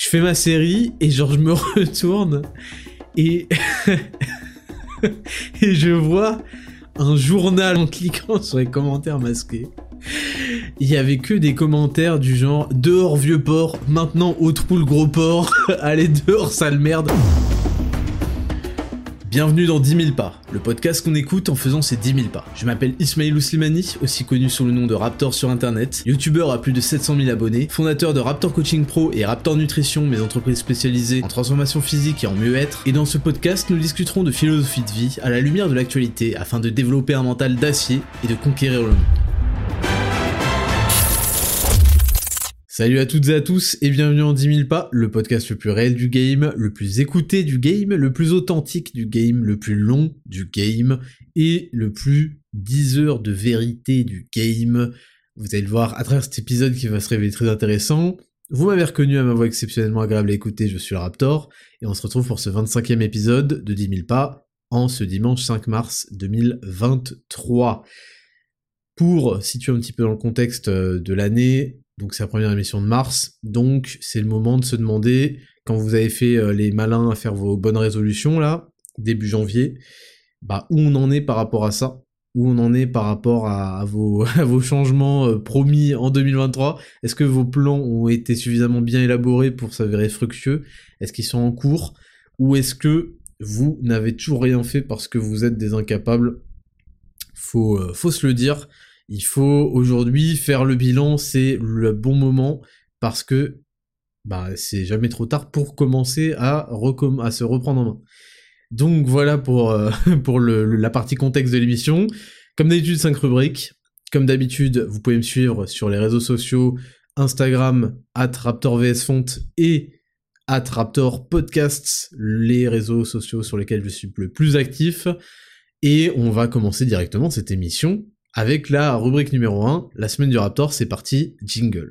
Je fais ma série et genre je me retourne et et je vois un journal en cliquant sur les commentaires masqués. Il y avait que des commentaires du genre « Dehors vieux porc, maintenant au trou le gros porc, allez dehors sale merde !» Bienvenue dans 10 000 pas, le podcast qu'on écoute en faisant ces 10 000 pas. Je m'appelle Ismail Slimani, aussi connu sous le nom de Raptor sur internet, youtubeur à plus de 700 000 abonnés, fondateur de Raptor Coaching Pro et Raptor Nutrition, mes entreprises spécialisées en transformation physique et en mieux-être. Et dans ce podcast, nous discuterons de philosophie de vie à la lumière de l'actualité afin de développer un mental d'acier et de conquérir le monde. Salut à toutes et à tous et bienvenue en 10 000 pas, le podcast le plus réel du game, le plus écouté du game, le plus authentique du game, le plus long du game et le plus 10 heures de vérité du game. Vous allez le voir à travers cet épisode qui va se révéler très intéressant. Vous m'avez reconnu à ma voix exceptionnellement agréable à écouter, je suis le Raptor et on se retrouve pour ce 25e épisode de 10 000 pas en ce dimanche 5 mars 2023. Pour situer un petit peu dans le contexte de l'année, donc c'est la première émission de mars, donc c'est le moment de se demander, quand vous avez fait les malins à faire vos bonnes résolutions là, début janvier, où on en est par rapport à ça, où on en est par rapport à vos changements promis en 2023, est-ce que vos plans ont été suffisamment bien élaborés pour s'avérer fructueux, est-ce qu'ils sont en cours, ou est-ce que vous n'avez toujours rien fait parce que vous êtes des incapables? Faut se le dire. Il faut aujourd'hui faire le bilan, c'est le bon moment, parce que c'est jamais trop tard pour commencer à se reprendre en main. Donc voilà pour la partie contexte de l'émission. Comme d'habitude, 5 rubriques. Comme d'habitude, vous pouvez me suivre sur les réseaux sociaux, Instagram, @RaptorVSFont et @RaptorPodcasts, les réseaux sociaux sur lesquels je suis le plus actif. Et on va commencer directement cette émission avec la rubrique numéro 1, la semaine du Raptor, c'est parti, jingle.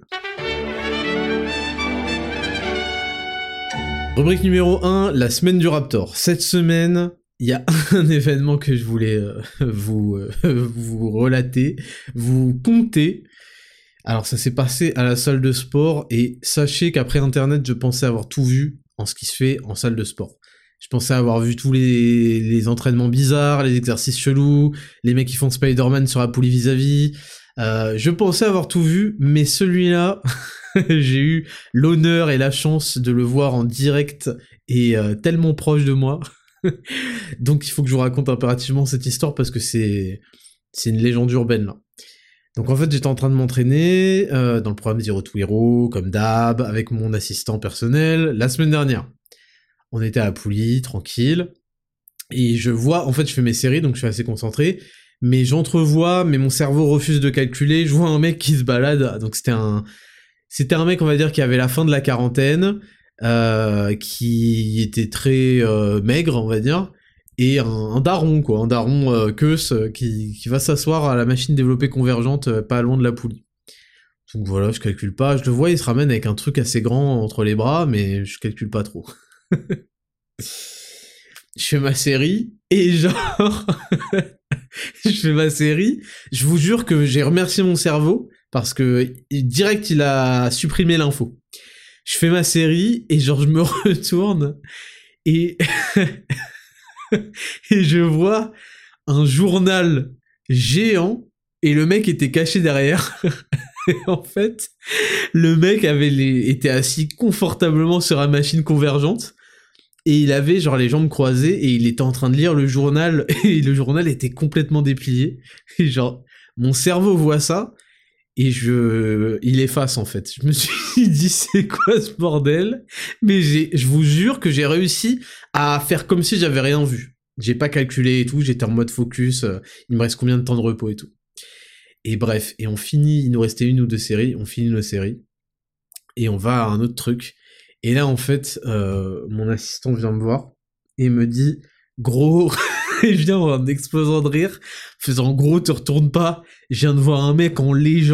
Rubrique numéro 1, la semaine du Raptor. Cette semaine, il y a un événement que je voulais vous relater, vous conter. Alors ça s'est passé à la salle de sport, et sachez qu'après internet, je pensais avoir tout vu en ce qui se fait en salle de sport. Je pensais avoir vu tous les entraînements bizarres, les exercices chelous, les mecs qui font Spider-Man sur la poulie vis-à-vis. Je pensais avoir tout vu, mais celui-là, j'ai eu l'honneur et la chance de le voir en direct et tellement proche de moi. Donc il faut que je vous raconte impérativement cette histoire parce que c'est une légende urbaine là. Donc en fait j'étais en train de m'entraîner dans le programme Zero to Hero, comme d'hab, avec mon assistant personnel, la semaine dernière. On était à la poulie, tranquille, et je vois, en fait je fais mes séries, donc je suis assez concentré, mais j'entrevois, mais mon cerveau refuse de calculer, je vois un mec qui se balade, donc c'était un mec, on va dire, qui avait la fin de la quarantaine, qui était très maigre, on va dire, et un daron, quoi, un daron queus, qui va s'asseoir à la machine développée convergente, pas loin de la poulie. Donc voilà, je calcule pas, je le vois, il se ramène avec un truc assez grand entre les bras, mais je calcule pas trop. Je fais ma série et genre je vous jure que j'ai remercié mon cerveau parce que direct il a supprimé l'info. Je fais ma série et genre je me retourne et et je vois un journal géant et le mec était caché derrière. Et en fait, le mec était assis confortablement sur la machine convergente. Et il avait genre les jambes croisées et il était en train de lire le journal et le journal était complètement déplié. Et genre, mon cerveau voit ça et il efface en fait. Je me suis dit c'est quoi ce bordel? Mais je vous jure que j'ai réussi à faire comme si j'avais rien vu. J'ai pas calculé et tout, j'étais en mode focus, il me reste combien de temps de repos et tout. Et bref, et on finit, il nous restait 1 ou 2 séries, on finit nos séries et on va à un autre truc. Et là, en fait, mon assistant vient me voir et me dit « Gros, il vient en explosant de rire, faisant « Gros, te retourne pas, je viens de voir un mec en légende. »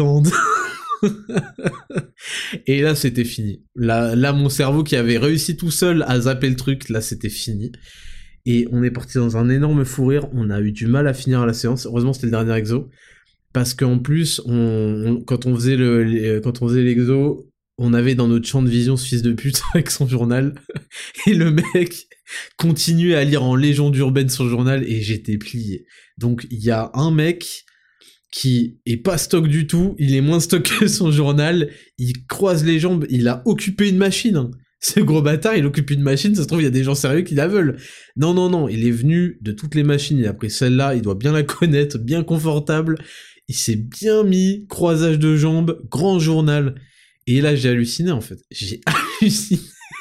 Et là, c'était fini. Là, mon cerveau qui avait réussi tout seul à zapper le truc, là, c'était fini. Et on est parti dans un énorme fou rire, on a eu du mal à finir la séance. Heureusement, c'était le dernier exo. Parce qu'en plus, quand on faisait l'exo, on avait dans notre champ de vision ce fils de pute avec son journal, et le mec continuait à lire en légende urbaine son journal, et j'étais plié. Donc il y a un mec qui est pas stock du tout, il est moins stock que son journal, il croise les jambes, il a occupé une machine, hein. Ce gros bâtard, il occupe une machine, ça se trouve, il y a des gens sérieux qui la veulent. Non, il est venu de toutes les machines, il a pris celle-là, il doit bien la connaître, bien confortable, il s'est bien mis, croisage de jambes, grand journal. Et là, j'ai halluciné, en fait. J'ai halluciné,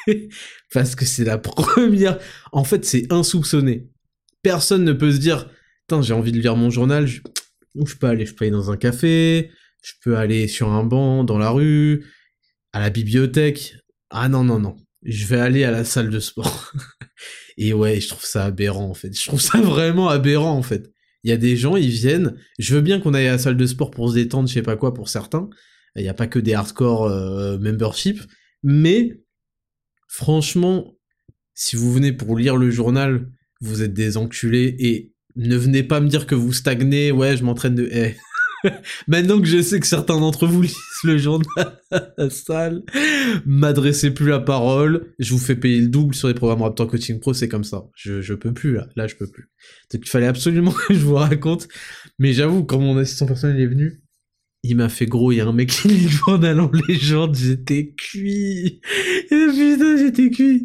parce que c'est la première... En fait, c'est insoupçonné. Personne ne peut se dire, putain, j'ai envie de lire mon journal, où je peux aller? Je peux aller dans un café, je peux aller sur un banc, dans la rue, à la bibliothèque... Ah non, je vais aller à la salle de sport. Et ouais, je trouve ça aberrant, en fait. Je trouve ça vraiment aberrant, en fait. Il y a des gens, ils viennent, je veux bien qu'on aille à la salle de sport pour se détendre, je sais pas quoi, pour certains. Il y a pas que des hardcore membership. Mais, franchement, si vous venez pour lire le journal, vous êtes des enculés, et ne venez pas me dire que vous stagnez, ouais, je m'entraîne de... Maintenant que je sais que certains d'entre vous lisent le journal à la salle, m'adressez plus la parole, je vous fais payer le double sur les programmes Raptor Coaching Pro, c'est comme ça. Je peux plus, là je peux plus. Donc il fallait absolument que je vous raconte, mais j'avoue, quand mon assistant personnel est venu, il m'a fait gros, il y a un mec qui lit le journal en légende, j'étais cuit. Et putain, j'étais cuit.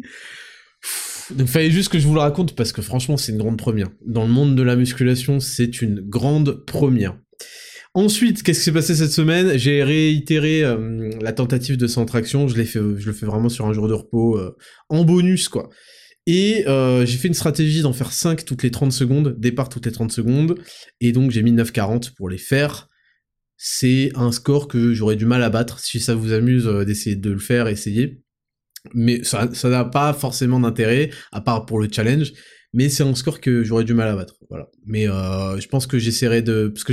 Donc fallait juste que je vous le raconte, parce que franchement, c'est une grande première. Dans le monde de la musculation, c'est une grande première. Ensuite, qu'est-ce qui s'est passé cette semaine? J'ai réitéré la tentative de centraction, je le fais vraiment sur un jour de repos, en bonus, quoi. Et j'ai fait une stratégie d'en faire 5 toutes les 30 secondes, départ toutes les 30 secondes, et donc j'ai mis 9,40 pour les faire. C'est un score que j'aurais du mal à battre. Si ça vous amuse d'essayer de le faire, essayez. Mais ça n'a pas forcément d'intérêt, à part pour le challenge, mais c'est un score que j'aurais du mal à battre, voilà. Mais je pense que j'essaierai de... Parce que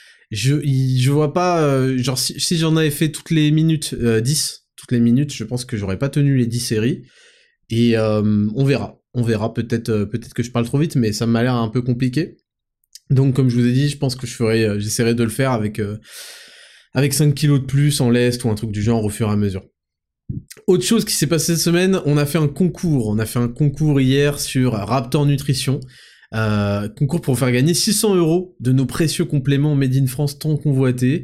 je vois pas... genre, si j'en avais fait toutes les minutes, 10, toutes les minutes, je pense que j'aurais pas tenu les 10 séries, et on verra, peut-être que je parle trop vite, mais ça m'a l'air un peu compliqué. Donc, comme je vous ai dit, je pense que j'essaierai de le faire avec 5 kilos de plus en lest, ou un truc du genre au fur et à mesure. Autre chose qui s'est passé cette semaine, on a fait un concours hier sur Raptor Nutrition, concours pour faire gagner 600 € de nos précieux compléments Made in France tant convoités.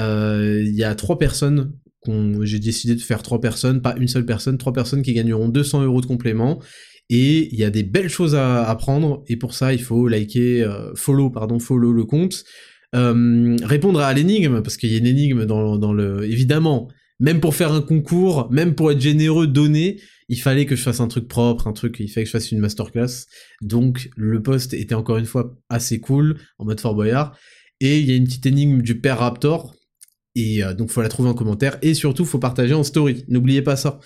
Il y a 3 personnes, j'ai décidé de faire 3 personnes, pas une seule personne, 3 personnes qui gagneront 200 € de compléments, et il y a des belles choses à prendre, et pour ça il faut follow le compte, répondre à l'énigme, parce qu'il y a une énigme dans le... Évidemment, même pour faire un concours, même pour être généreux, donner, il fallait que je fasse un truc propre, il fallait que je fasse une masterclass. Donc le post était encore une fois assez cool, en mode Fort Boyard. Et il y a une petite énigme du père Raptor, et donc faut la trouver en commentaire, et surtout faut partager en story. N'oubliez pas ça,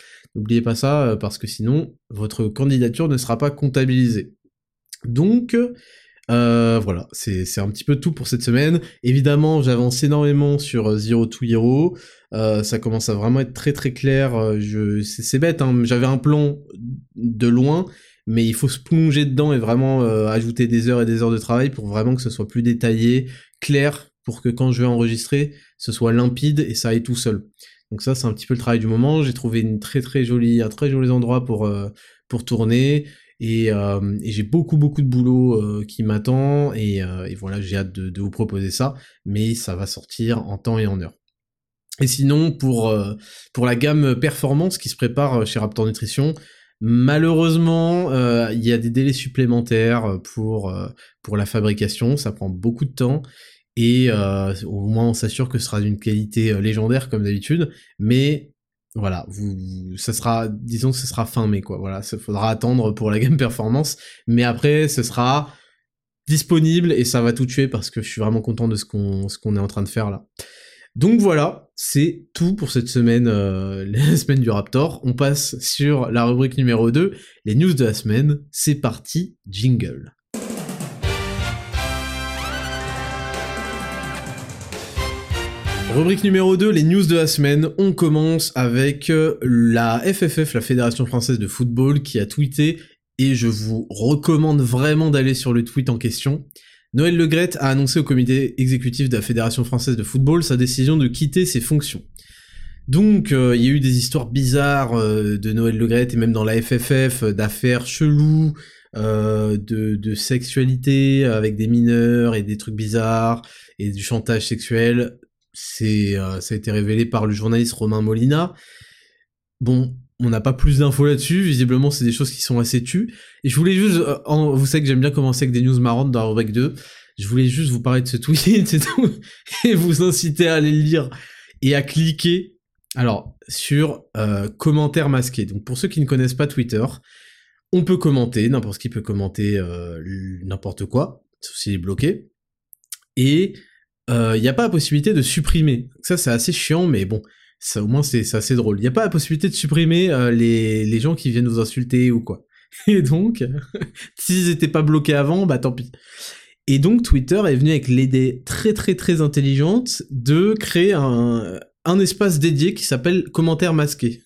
parce que sinon votre candidature ne sera pas comptabilisée. Donc... voilà, c'est un petit peu tout pour cette semaine. Évidemment, j'avance énormément sur Zero to Hero. Ça commence à vraiment être très très clair. C'est bête, hein, j'avais un plan de loin, mais il faut se plonger dedans et vraiment ajouter des heures et des heures de travail pour vraiment que ce soit plus détaillé, clair, pour que quand je vais enregistrer, ce soit limpide et ça aille tout seul. Donc ça, c'est un petit peu le travail du moment. J'ai trouvé un très joli endroit pour tourner. Et j'ai beaucoup de boulot qui m'attend, et voilà, j'ai hâte de vous proposer ça, mais ça va sortir en temps et en heure. Et sinon, pour la gamme performance qui se prépare chez Raptor Nutrition, malheureusement, il y a des délais supplémentaires pour la fabrication, ça prend beaucoup de temps, et au moins on s'assure que ce sera d'une qualité légendaire comme d'habitude, mais... Voilà, disons que ce sera fin mai, quoi. Voilà, ça faudra attendre pour la gamme performance, mais après, ce sera disponible et ça va tout tuer parce que je suis vraiment content de ce qu'on est en train de faire là. Donc voilà, c'est tout pour cette semaine, la semaine du Raptor. On passe sur la rubrique numéro 2, les news de la semaine. C'est parti, jingle. Rubrique numéro 2, les news de la semaine. On commence avec la FFF, la Fédération Française de Football, qui a tweeté, et je vous recommande vraiment d'aller sur le tweet en question. Noël Le Graët a annoncé au comité exécutif de la Fédération Française de Football sa décision de quitter ses fonctions. Donc, il y a eu des histoires bizarres de Noël Le Graët et même dans la FFF, d'affaires cheloues, de sexualité avec des mineurs et des trucs bizarres et du chantage sexuel. Ça a été révélé par le journaliste Romain Molina. Bon, on n'a pas plus d'infos là-dessus, visiblement c'est des choses qui sont assez tues. Et je voulais juste, vous savez que j'aime bien commencer avec des news marrantes dans la rubrique 2, je voulais juste vous parler de ce tweet, c'est tout, et vous inciter à aller le lire et à cliquer, alors, sur commentaires masqués. Donc pour ceux qui ne connaissent pas Twitter, on peut commenter, n'importe qui peut commenter n'importe quoi, sauf s'il est bloqué, et il n'y a pas la possibilité de supprimer. Ça c'est assez chiant, mais bon, ça au moins c'est assez drôle. Il n'y a pas la possibilité de supprimer les gens qui viennent vous insulter ou quoi. Et donc, s'ils étaient pas bloqués avant, bah tant pis. Et donc Twitter est venu avec l'idée très très très intelligente de créer un espace dédié qui s'appelle commentaires masqués.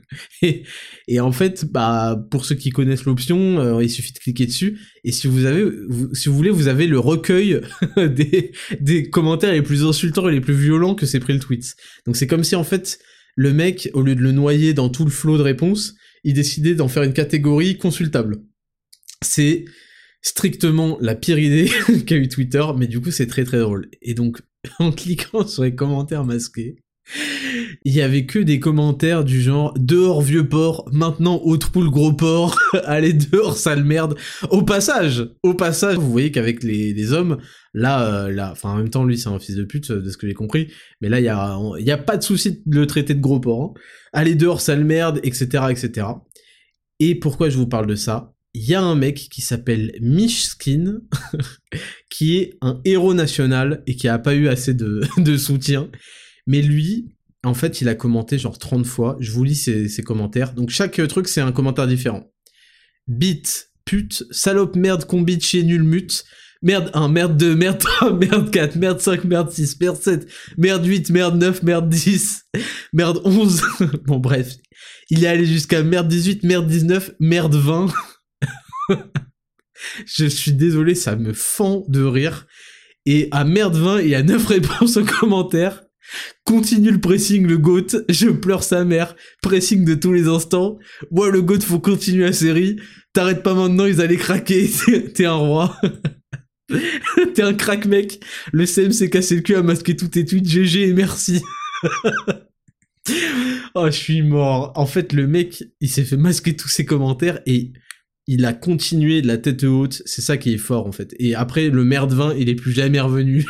et en fait, bah pour ceux qui connaissent l'option, il suffit de cliquer dessus. Et si vous voulez, vous avez le recueil des commentaires les plus insultants et les plus violents que s'est pris le tweet. Donc c'est comme si en fait le mec, au lieu de le noyer dans tout le flot de réponses, il décidait d'en faire une catégorie consultable. C'est strictement la pire idée qu'a eu Twitter, mais du coup c'est très très drôle. Et donc, en cliquant sur les commentaires masqués, il y avait que des commentaires du genre « Dehors vieux porc, maintenant au trou le gros porc, allez dehors sale merde ». Au passage, vous voyez qu'avec les hommes, là, enfin en même temps lui c'est un fils de pute de ce que j'ai compris, mais là il y a pas de souci de le traiter de gros porc. Hein. Allez dehors sale merde, etc., etc. Et pourquoi je vous parle de ça ? Il y a un mec qui s'appelle Mishkin, qui est un héros national et qui a pas eu assez de soutien. Mais lui, en fait, il a commenté genre 30 fois. Je vous lis ses commentaires. Donc chaque truc, c'est un commentaire différent. Bite, pute, salope, merde, combi, chier, nul, mute. Merde 1, merde 2, merde 3, merde 4, merde 5, merde 6, merde 7, merde 8, merde 9, merde 10, merde 11. Bon bref, il est allé jusqu'à merde 18, merde 19, merde 20. Je suis désolé, ça me fend de rire. Et à merde 20, il y a 9 réponses aux commentaires. Continue le pressing, le GOAT. Je pleure sa mère. Pressing de tous les instants. Moi, le GOAT, faut continuer la série. T'arrêtes pas maintenant, ils allaient craquer. T'es un roi. T'es un crack, mec. Le CM s'est cassé le cul à masquer tous tes tweets. GG et merci. Oh, je suis mort. En fait, le mec, il s'est fait masquer tous ses commentaires et il a continué de la tête haute, c'est ça qui est fort en fait. Et après, le merde 20, il est plus jamais revenu.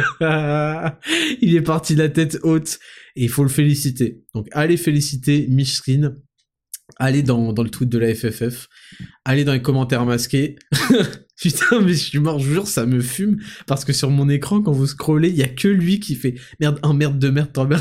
Il est parti de la tête haute, et il faut le féliciter. Donc allez féliciter Mishkin, allez dans le tweet de la FFF, allez dans les commentaires masqués. Putain, mais je suis mort, je vous jure, ça me fume, parce que sur mon écran, quand vous scrollez, il y a que lui qui fait merde 1, merde 2, merde 3, merde...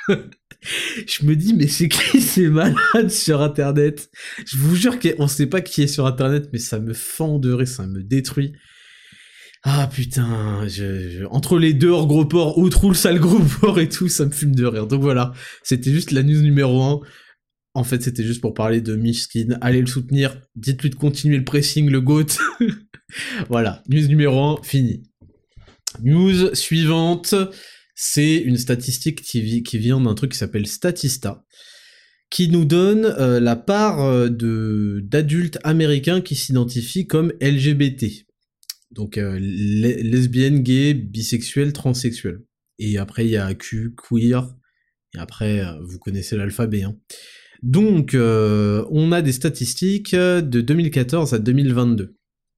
Je me dis, mais c'est qui ces malades sur internet? Je vous jure qu'on sait pas qui est sur internet, mais ça me fend de rire, ça me détruit. Ah putain, entre les deux hors gros porc, au trou le sale gros porc et tout, ça me fume de rire. Donc voilà, c'était juste la news numéro 1. En fait, c'était juste pour parler de Mishkin. Allez le soutenir, dites-lui de continuer le pressing, le GOAT. Voilà, news numéro 1, fini. News suivante... C'est une statistique qui vient d'un truc qui s'appelle Statista, qui nous donne la part d'adultes américains qui s'identifient comme LGBT. Donc lesbiennes, gays, bisexuels, transsexuels. Et après il y a Q, queer, et après vous connaissez l'alphabet. Hein. Donc on a des statistiques de 2014 à 2022.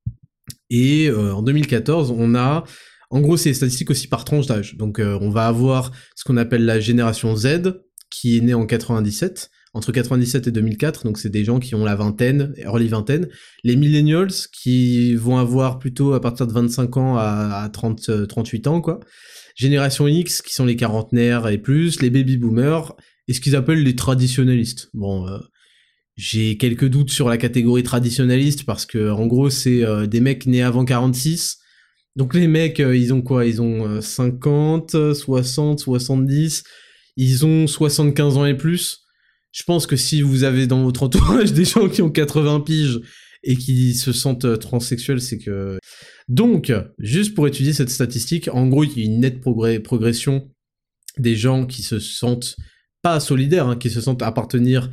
Et en 2014 on a... En gros, c'est des statistiques aussi par tranche d'âge. Donc, on va avoir ce qu'on appelle la génération Z, qui est née en 97, entre 97 et 2004, donc c'est des gens qui ont la vingtaine, early vingtaine. Les millennials, qui vont avoir plutôt à partir de 25 ans à 38 ans, quoi. Génération X, qui sont les quarantenaires et plus, les baby boomers, et ce qu'ils appellent les traditionnalistes. Bon, j'ai quelques doutes sur la catégorie traditionnaliste, parce que, en gros, c'est des mecs nés avant 46, donc les mecs, ils ont quoi ? Ils ont 50, 60, 70, ils ont 75 ans et plus. Je pense que si vous avez dans votre entourage des gens qui ont 80 piges et qui se sentent transsexuels, c'est que... Donc, juste pour étudier cette statistique, en gros, il y a une nette progression des gens qui se sentent pas solidaires, hein, qui se sentent appartenir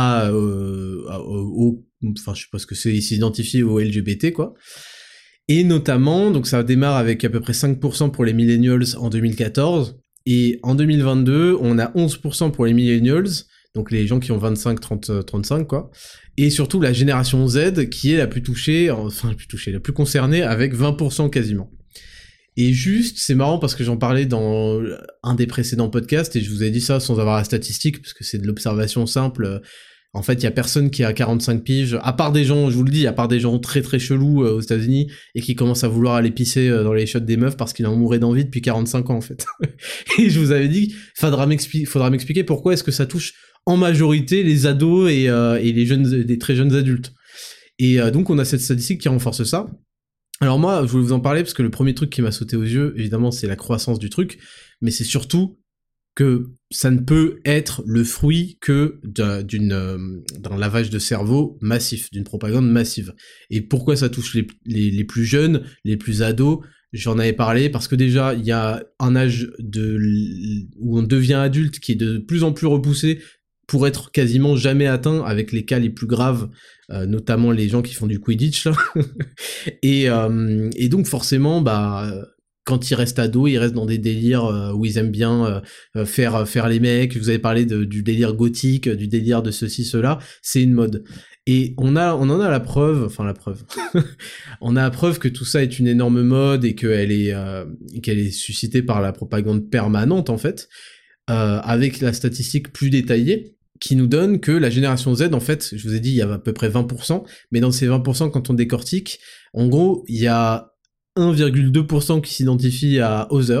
enfin je sais pas ce que c'est, ils s'identifient aux LGBT quoi. Et notamment, donc ça démarre avec à peu près 5% pour les millennials en 2014, et en 2022, on a 11% pour les millennials, donc les gens qui ont 25, 30, 35 quoi, et surtout la génération Z qui est la plus touchée, la plus concernée avec 20% quasiment. Et juste, c'est marrant parce que j'en parlais dans un des précédents podcasts, et je vous ai dit ça sans avoir la statistique, parce que c'est de l'observation simple. En fait, il y a personne qui a 45 piges, à part des gens, je vous le dis, à part des gens très très chelous aux États-Unis et qui commencent à vouloir aller pisser dans les shots des meufs parce qu'ils en mouraient d'envie depuis 45 ans en fait. Et je vous avais dit, faudra m'expliquer pourquoi est-ce que ça touche en majorité les ados et les très jeunes adultes. Et donc on a cette statistique qui renforce ça. Alors moi, je voulais vous en parler parce que le premier truc qui m'a sauté aux yeux, évidemment, c'est la croissance du truc, mais c'est surtout que ça ne peut être le fruit que d'un lavage de cerveau massif, d'une propagande massive. Et pourquoi ça touche les plus jeunes, les plus ados? J'en avais parlé parce que déjà, il y a un âge où on devient adulte qui est de plus en plus repoussé pour être quasiment jamais atteint, avec les cas les plus graves, notamment les gens qui font du Quidditch, là. Et donc forcément, quand ils restent ados, ils restent dans des délires où ils aiment bien faire les mecs. Vous avez parlé du délire gothique, du délire de ceci, cela. C'est une mode. Et on en a la preuve, on a la preuve que tout ça est une énorme mode et qu'elle est suscitée par la propagande permanente, en fait, avec la statistique plus détaillée, qui nous donne que la génération Z, en fait, je vous ai dit, il y a à peu près 20%, mais dans ces 20%, quand on décortique, en gros, il y a 1,2% qui s'identifie à Other,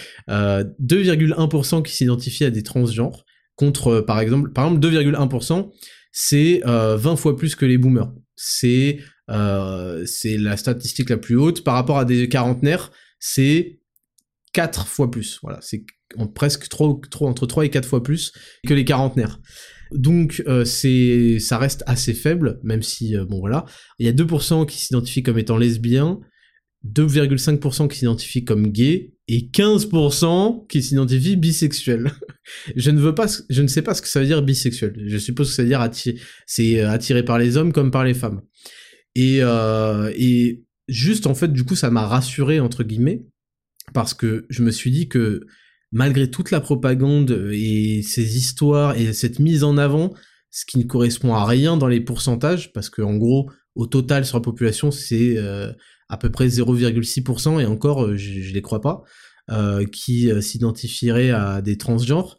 2,1% qui s'identifie à des transgenres, contre, par exemple 2,1%, c'est 20 fois plus que les boomers. C'est la statistique la plus haute. Par rapport à des quarantenaires, c'est 4 fois plus. Voilà, c'est presque entre 3 et 4 fois plus que les quarantenaires. Donc ça reste assez faible, même si, voilà. Il y a 2% qui s'identifient comme étant lesbiens, 2,5% qui s'identifient comme gays, et 15% qui s'identifient bisexuels. Je ne sais pas ce que ça veut dire bisexuel. Je suppose que ça veut dire attiré par les hommes comme par les femmes. Et juste, en fait, du coup, ça m'a rassuré, entre guillemets, parce que je me suis dit que malgré toute la propagande et ces histoires et cette mise en avant, ce qui ne correspond à rien dans les pourcentages, parce que en gros, au total sur la population, c'est à peu près 0,6%, et encore, je les crois pas, qui s'identifierait à des transgenres.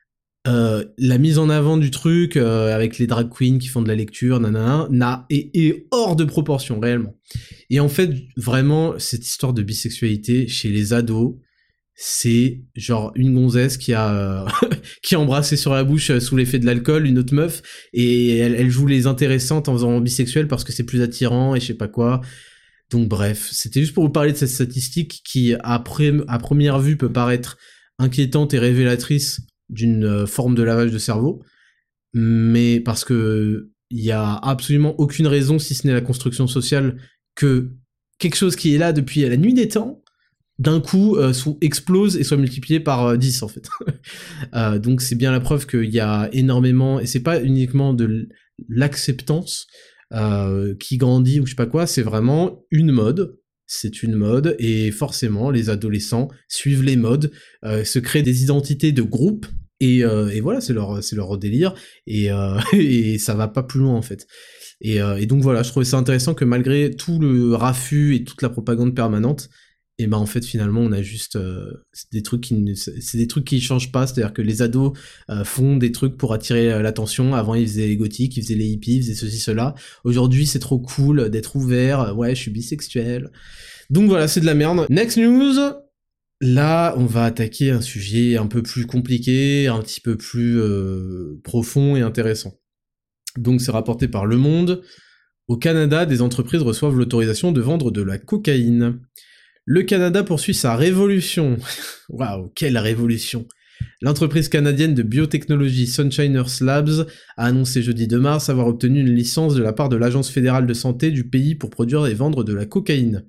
La mise en avant du truc, avec les drag queens qui font de la lecture, est hors de proportion, réellement. Et en fait, vraiment, cette histoire de bisexualité chez les ados, c'est genre une gonzesse qui a qui a embrassé sur la bouche sous l'effet de l'alcool une autre meuf, et elle joue les intéressantes en faisant bisexuelle parce que c'est plus attirant et je sais pas quoi. Donc bref, c'était juste pour vous parler de cette statistique qui, à première vue, peut paraître inquiétante et révélatrice d'une forme de lavage de cerveau, mais parce que il y a absolument aucune raison, si ce n'est la construction sociale, que quelque chose qui est là depuis la nuit des temps, d'un coup, explose et soit multiplié par 10, en fait. Donc c'est bien la preuve qu'il y a énormément, et c'est pas uniquement de l'acceptance qui grandit ou je sais pas quoi, c'est vraiment une mode. C'est une mode, et forcément, les adolescents suivent les modes, se créent des identités de groupe, et voilà, c'est leur délire, et ça va pas plus loin, en fait. Et donc voilà, je trouvais ça intéressant que malgré tout le raffut et toute la propagande permanente, et en fait finalement on a juste c'est des trucs qui changent pas, c'est-à-dire que les ados font des trucs pour attirer l'attention. Avant ils faisaient les gothiques, ils faisaient les hippies, ils faisaient ceci cela. Aujourd'hui c'est trop cool d'être ouvert, ouais je suis bisexuel. Donc voilà, c'est de la merde. Next news. Là on va attaquer un sujet un peu plus compliqué, un petit peu plus profond et intéressant. Donc c'est rapporté par Le Monde. Au Canada, des entreprises reçoivent l'autorisation de vendre de la cocaïne. Le Canada poursuit sa révolution. Waouh, quelle révolution! L'entreprise canadienne de biotechnologie Sunshiners Labs a annoncé jeudi 2 mars avoir obtenu une licence de la part de l'Agence fédérale de santé du pays pour produire et vendre de la cocaïne.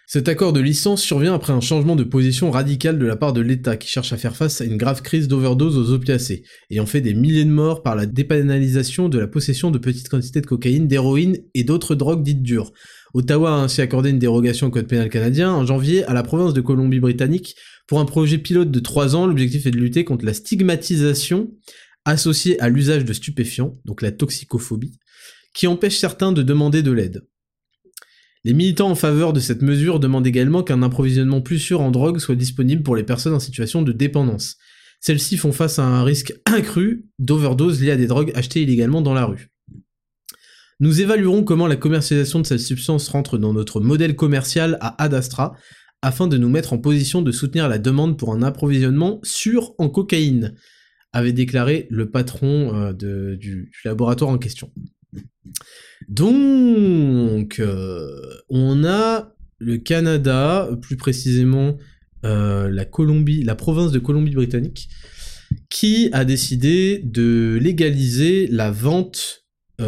Cet accord de licence survient après un changement de position radical de la part de l'État qui cherche à faire face à une grave crise d'overdose aux opiacés, ayant fait des milliers de morts par la dépénalisation de la possession de petites quantités de cocaïne, d'héroïne et d'autres drogues dites dures. Ottawa a ainsi accordé une dérogation au code pénal canadien en janvier à la province de Colombie-Britannique pour un projet pilote de 3 ans. L'objectif est de lutter contre la stigmatisation associée à l'usage de stupéfiants, donc la toxicophobie, qui empêche certains de demander de l'aide. Les militants en faveur de cette mesure demandent également qu'un approvisionnement plus sûr en drogue soit disponible pour les personnes en situation de dépendance. Celles-ci font face à un risque accru d'overdose lié à des drogues achetées illégalement dans la rue. Nous évaluerons comment la commercialisation de cette substance rentre dans notre modèle commercial à Ad Astra, afin de nous mettre en position de soutenir la demande pour un approvisionnement sûr en cocaïne, avait déclaré le patron du laboratoire en question. Donc, on a le Canada, plus précisément la province de Colombie-Britannique, qui a décidé de légaliser la vente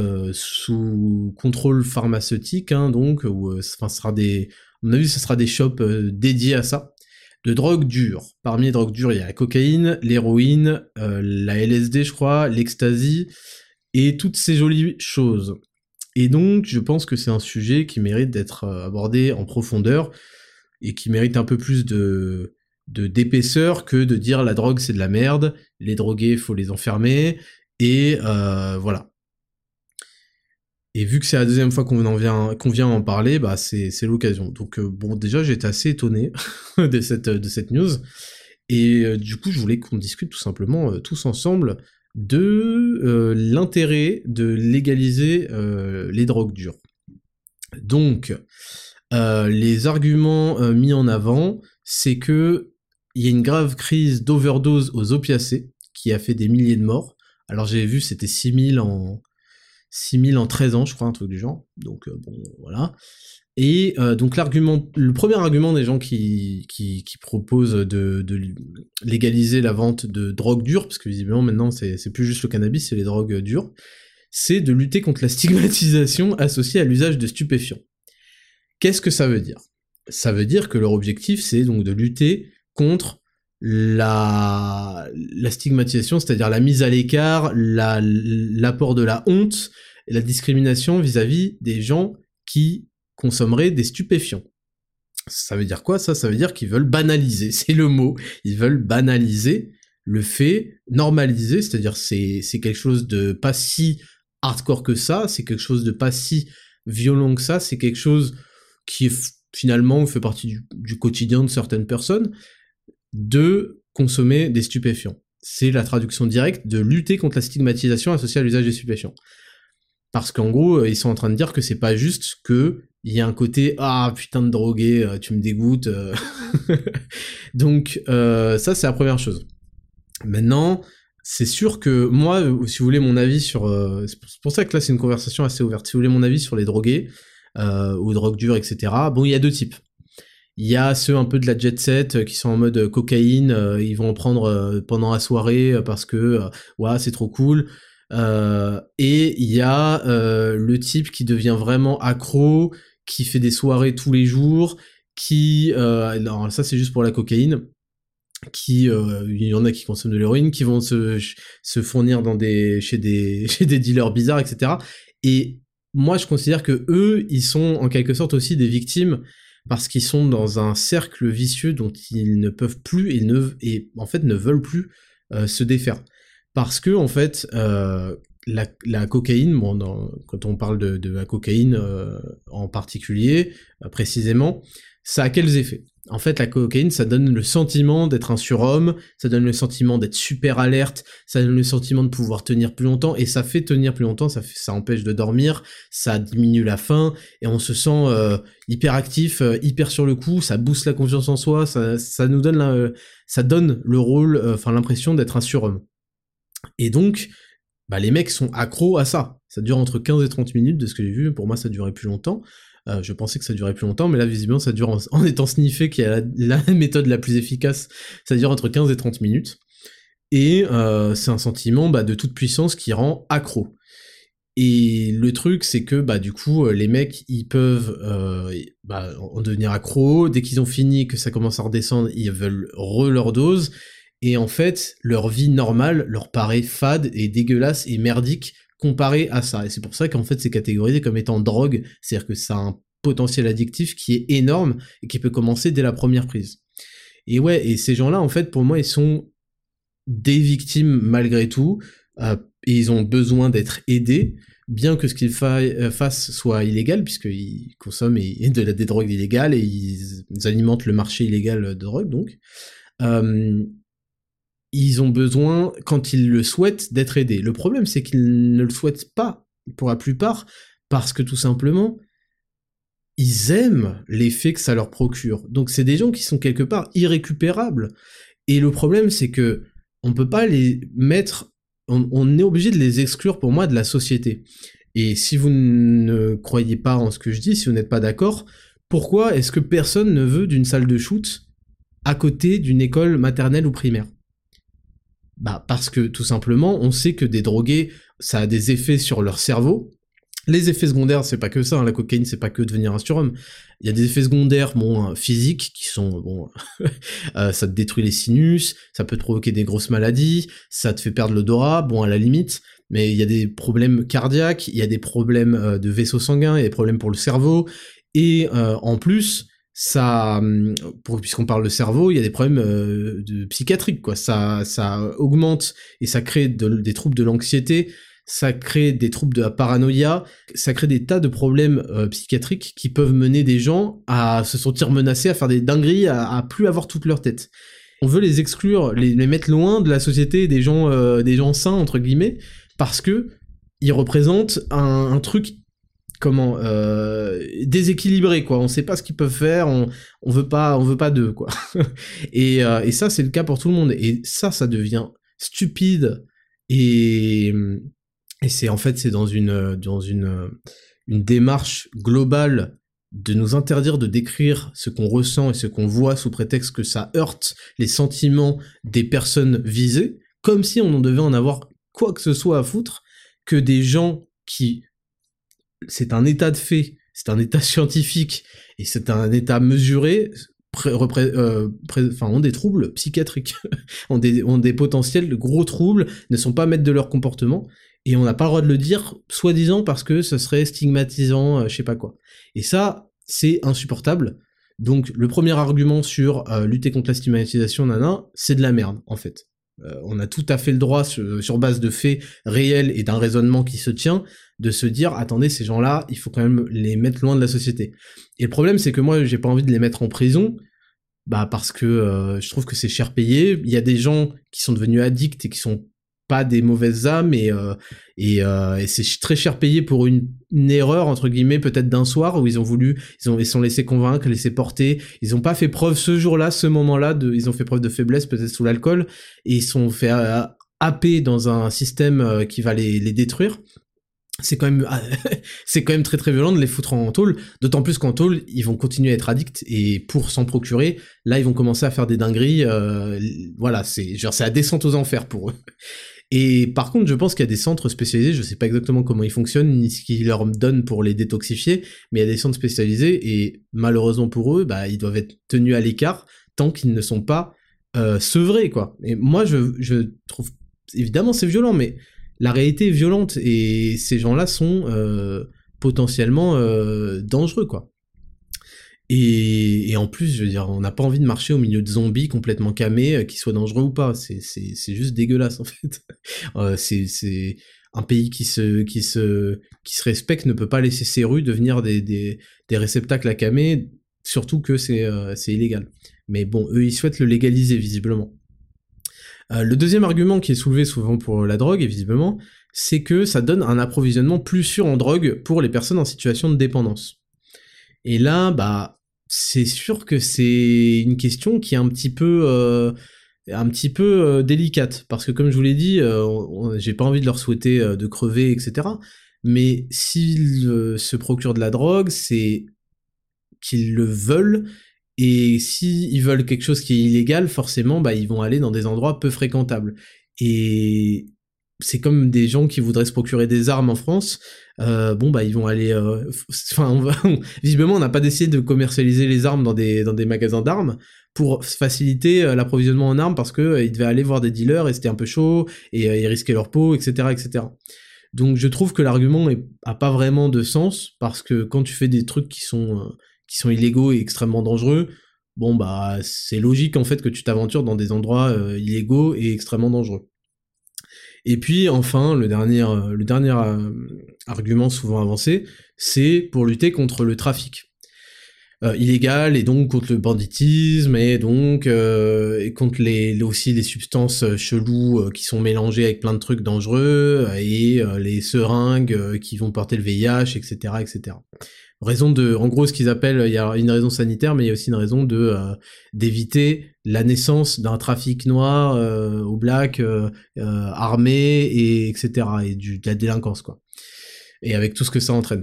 sous contrôle pharmaceutique, donc, où ce sera à mon avis, ce sera des shops dédiés à ça, de drogues dures. Parmi les drogues dures, il y a la cocaïne, l'héroïne, la LSD, je crois, l'ecstasy, et toutes ces jolies choses. Et donc, je pense que c'est un sujet qui mérite d'être abordé en profondeur, et qui mérite un peu plus d'épaisseur que de dire la drogue c'est de la merde, les drogués faut les enfermer, et voilà. Et vu que c'est la deuxième fois qu'on vient en parler, bah c'est l'occasion. Donc bon, déjà j'étais assez étonné de cette news, et du coup je voulais qu'on discute tout simplement tous ensemble de l'intérêt de légaliser les drogues dures. Donc les arguments mis en avant, c'est que il y a une grave crise d'overdose aux opiacés qui a fait des milliers de morts. Alors j'ai vu c'était 6000 en 13 ans, je crois, un truc du genre. Donc bon, voilà. Et donc le premier argument des gens qui proposent de légaliser la vente de drogues dures, parce que visiblement maintenant c'est plus juste le cannabis, c'est les drogues dures, c'est de lutter contre la stigmatisation associée à l'usage de stupéfiants. Qu'est-ce que ça veut dire ? Ça veut dire que leur objectif c'est donc de lutter contre la stigmatisation, c'est-à-dire la mise à l'écart, l'apport de la honte et la discrimination vis-à-vis des gens qui consommeraient des stupéfiants. Ça veut dire quoi ça ? Ça veut dire qu'ils veulent banaliser, c'est le mot, ils veulent banaliser le fait, normaliser, c'est-à-dire c'est quelque chose de pas si hardcore que ça, c'est quelque chose de pas si violent que ça, c'est quelque chose qui finalement fait partie du quotidien de certaines personnes, de consommer des stupéfiants. C'est la traduction directe de lutter contre la stigmatisation associée à l'usage des stupéfiants. Parce qu'en gros, ils sont en train de dire que c'est pas juste que il y a un côté « Ah, putain de drogué, tu me dégoûtes. » Donc, ça, c'est la première chose. Maintenant, c'est sûr que moi, si vous voulez mon avis sur... c'est pour ça que là, c'est une conversation assez ouverte. Si vous voulez mon avis sur les drogués, ou drogues dures, etc., bon, il y a deux types. Il y a ceux un peu de la jet set qui sont en mode cocaïne, ils vont en prendre pendant la soirée parce que ouais, c'est trop cool. Et il y a le type qui devient vraiment accro, qui fait des soirées tous les jours, qui alors ça c'est juste pour la cocaïne, qui il y en a qui consomment de l'héroïne, qui vont se fournir chez des dealers bizarres, etc. Et moi je considère que eux ils sont en quelque sorte aussi des victimes, parce qu'ils sont dans un cercle vicieux dont ils ne peuvent plus et en fait ne veulent plus se défaire. Parce que en fait, la cocaïne, bon, quand on parle de la cocaïne en particulier, précisément, ça a quels effets ? En fait, la cocaïne, ça donne le sentiment d'être un surhomme, ça donne le sentiment d'être super alerte, ça donne le sentiment de pouvoir tenir plus longtemps, et ça fait tenir plus longtemps, ça empêche de dormir, ça diminue la faim, et on se sent hyper actif, hyper sur le coup, ça booste la confiance en soi, ça nous donne ça donne le rôle, l'impression d'être un surhomme. Et donc, bah, les mecs sont accros à ça. Ça dure entre 15 et 30 minutes, de ce que j'ai vu. Pour moi, ça durait plus longtemps. Je pensais que ça durait plus longtemps, mais là, visiblement, ça dure en étant sniffé, qui est la méthode la plus efficace. Ça dure entre 15 et 30 minutes. Et c'est un sentiment de toute puissance qui rend accro. Et le truc, c'est que bah du coup, les mecs, ils peuvent en devenir accros. Dès qu'ils ont fini, que ça commence à redescendre, ils veulent leur dose. Et en fait, leur vie normale leur paraît fade et dégueulasse et merdique comparé à ça. Et c'est pour ça qu'en fait, c'est catégorisé comme étant drogue. C'est-à-dire que ça a un potentiel addictif qui est énorme et qui peut commencer dès la première prise. Et ouais, et ces gens-là, en fait, pour moi, ils sont des victimes malgré tout, et ils ont besoin d'être aidés, bien que ce qu'ils fassent soit illégal, puisqu'ils consomment des drogues illégales, et ils alimentent le marché illégal de drogue, donc. Ils ont besoin, quand ils le souhaitent, d'être aidés. Le problème, c'est qu'ils ne le souhaitent pas, pour la plupart, parce que tout simplement, ils aiment l'effet que ça leur procure. Donc c'est des gens qui sont quelque part irrécupérables. Et le problème, c'est que on peut pas les mettre, on est obligé de les exclure pour moi de la société. Et si vous ne croyez pas en ce que je dis, si vous n'êtes pas d'accord, pourquoi est-ce que personne ne veut d'une salle de shoot à côté d'une école maternelle ou primaire ? Bah parce que tout simplement, on sait que des drogués, ça a des effets sur leur cerveau. Les effets secondaires, c'est pas que ça, hein, la cocaïne, c'est pas que devenir un surhomme. Il y a des effets secondaires, physiques, qui sont, ça te détruit les sinus, ça peut te provoquer des grosses maladies, ça te fait perdre l'odorat, à la limite, mais il y a des problèmes cardiaques, il y a des problèmes de vaisseau sanguin, il y a des problèmes pour le cerveau, et en plus, ça, puisqu'on parle de cerveau, il y a des problèmes de psychiatriques, quoi. Ça augmente et ça crée des troubles de l'anxiété, ça crée des troubles de la paranoïa, ça crée des tas de problèmes psychiatriques qui peuvent mener des gens à se sentir menacés, à faire des dingueries, à plus avoir toute leur tête. On veut les exclure, les mettre loin de la société des gens sains, entre guillemets, parce que ils représentent un truc déséquilibré, quoi. On sait pas ce qu'ils peuvent faire, on veut pas d'eux, quoi. Et ça, c'est le cas pour tout le monde. Et ça devient stupide et c'est en fait, c'est dans une démarche globale de nous interdire de décrire ce qu'on ressent et ce qu'on voit sous prétexte que ça heurte les sentiments des personnes visées, comme si on en devait en avoir quoi que ce soit à foutre, que des gens qui... C'est un état de fait, c'est un état scientifique, et c'est un état mesuré, ont des troubles psychiatriques, ont des potentiels gros troubles, ne sont pas maîtres de leur comportement, et on n'a pas le droit de le dire, soi-disant parce que ce serait stigmatisant, je sais pas quoi. Et ça, c'est insupportable. Donc le premier argument sur lutter contre la stigmatisation, c'est de la merde, en fait. On a tout à fait le droit, sur base de faits réels et d'un raisonnement qui se tient, de se dire, attendez, ces gens-là, il faut quand même les mettre loin de la société. Et le problème, c'est que moi, j'ai pas envie de les mettre en prison, parce que je trouve que c'est cher payé. Il y a des gens qui sont devenus addicts et qui sont pas des mauvaises âmes, et c'est très cher payé pour une erreur, entre guillemets, peut-être d'un soir, où ils sont laissés convaincre, laissés porter, ils ont pas fait preuve ce jour-là, ce moment-là, ils ont fait preuve de faiblesse, peut-être sous l'alcool, et ils sont fait happer dans un système qui va les détruire. C'est quand même très très violent de les foutre en tôle, d'autant plus qu'en tôle, ils vont continuer à être addicts, et pour s'en procurer, là, ils vont commencer à faire des dingueries, c'est la descente aux enfers pour eux. Et par contre, je pense qu'il y a des centres spécialisés, je sais pas exactement comment ils fonctionnent, ni ce qu'ils leur donnent pour les détoxifier, mais il y a des centres spécialisés, et malheureusement pour eux, ils doivent être tenus à l'écart, tant qu'ils ne sont pas sevrés, quoi. Et moi, je trouve, évidemment, c'est violent, mais la réalité est violente, et ces gens-là sont potentiellement dangereux, quoi. Et en plus, je veux dire, on n'a pas envie de marcher au milieu de zombies complètement camés, qui soient dangereux ou pas. C'est juste dégueulasse, en fait. C'est un pays qui se respecte ne peut pas laisser ses rues devenir des réceptacles à camés, surtout que c'est illégal. Mais bon, eux, ils souhaitent le légaliser, visiblement. Le deuxième argument qui est soulevé souvent pour la drogue, et visiblement, c'est que ça donne un approvisionnement plus sûr en drogue pour les personnes en situation de dépendance. Et là, c'est sûr que c'est une question qui est un petit peu délicate, parce que comme je vous l'ai dit, j'ai pas envie de leur souhaiter de crever, etc. Mais s'ils se procurent de la drogue, c'est qu'ils le veulent, et s'ils veulent quelque chose qui est illégal, forcément, ils vont aller dans des endroits peu fréquentables. Et c'est comme des gens qui voudraient se procurer des armes en France. Bon bah ils vont aller. Enfin, visiblement on n'a pas décidé de commercialiser les armes dans des magasins d'armes pour faciliter l'approvisionnement en armes parce que ils devaient aller voir des dealers et c'était un peu chaud et ils risquaient leur peau, etc., etc. Donc je trouve que l'argument a pas vraiment de sens parce que quand tu fais des trucs qui sont illégaux et extrêmement dangereux, bon bah c'est logique en fait que tu t'aventures dans des endroits illégaux et extrêmement dangereux. Et puis enfin le dernier argument souvent avancé, c'est pour lutter contre le trafic illégal et donc contre le banditisme et donc et contre aussi les substances cheloues qui sont mélangées avec plein de trucs dangereux et les seringues qui vont porter le VIH, etc., etc. En gros, ce qu'ils appellent, il y a une raison sanitaire, mais il y a aussi une raison d'éviter la naissance d'un trafic noir au black armé et etc. et de la délinquance quoi. Et avec tout ce que ça entraîne.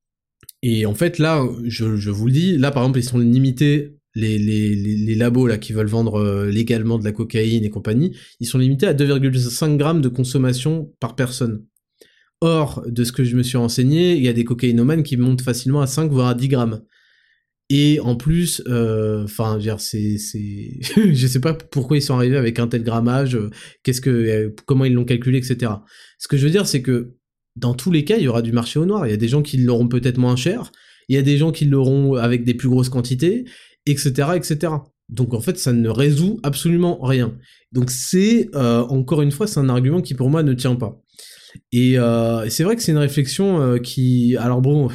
Et en fait là, je vous le dis, là par exemple ils sont limités les labos là qui veulent vendre légalement de la cocaïne et compagnie, ils sont limités à 2,5 grammes de consommation par personne. Or, de ce que je me suis renseigné, il y a des cocaïnomanes qui montent facilement à 5 voire à 10 grammes. Et en plus, enfin, c'est, je sais pas pourquoi ils sont arrivés avec un tel grammage, comment ils l'ont calculé, etc. Ce que je veux dire, c'est que dans tous les cas, il y aura du marché au noir. Il y a des gens qui l'auront peut-être moins cher, il y a des gens qui l'auront avec des plus grosses quantités, etc., etc. Donc en fait, ça ne résout absolument rien. Donc c'est, encore une fois, c'est un argument qui pour moi ne tient pas. Et c'est vrai que c'est une réflexion qui... Alors bon,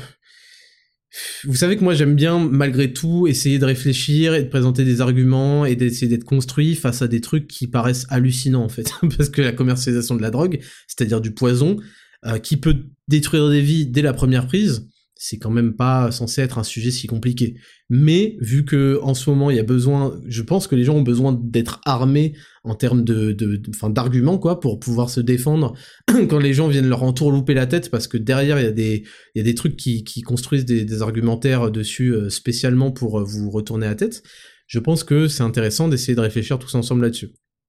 vous savez que moi j'aime bien malgré tout essayer de réfléchir et de présenter des arguments et d'essayer d'être construit face à des trucs qui paraissent hallucinants en fait. Parce que la commercialisation de la drogue, c'est-à-dire du poison, qui peut détruire des vies dès la première prise, c'est quand même pas censé être un sujet si compliqué. Mais vu que en ce moment il y a besoin, je pense que les gens ont besoin d'être armés en termes d'arguments quoi, pour pouvoir se défendre quand les gens viennent leur entourlouper la tête, parce que derrière il y a des trucs qui construisent des argumentaires dessus spécialement pour vous retourner la tête. Je pense que c'est intéressant d'essayer de réfléchir tous ensemble là-dessus.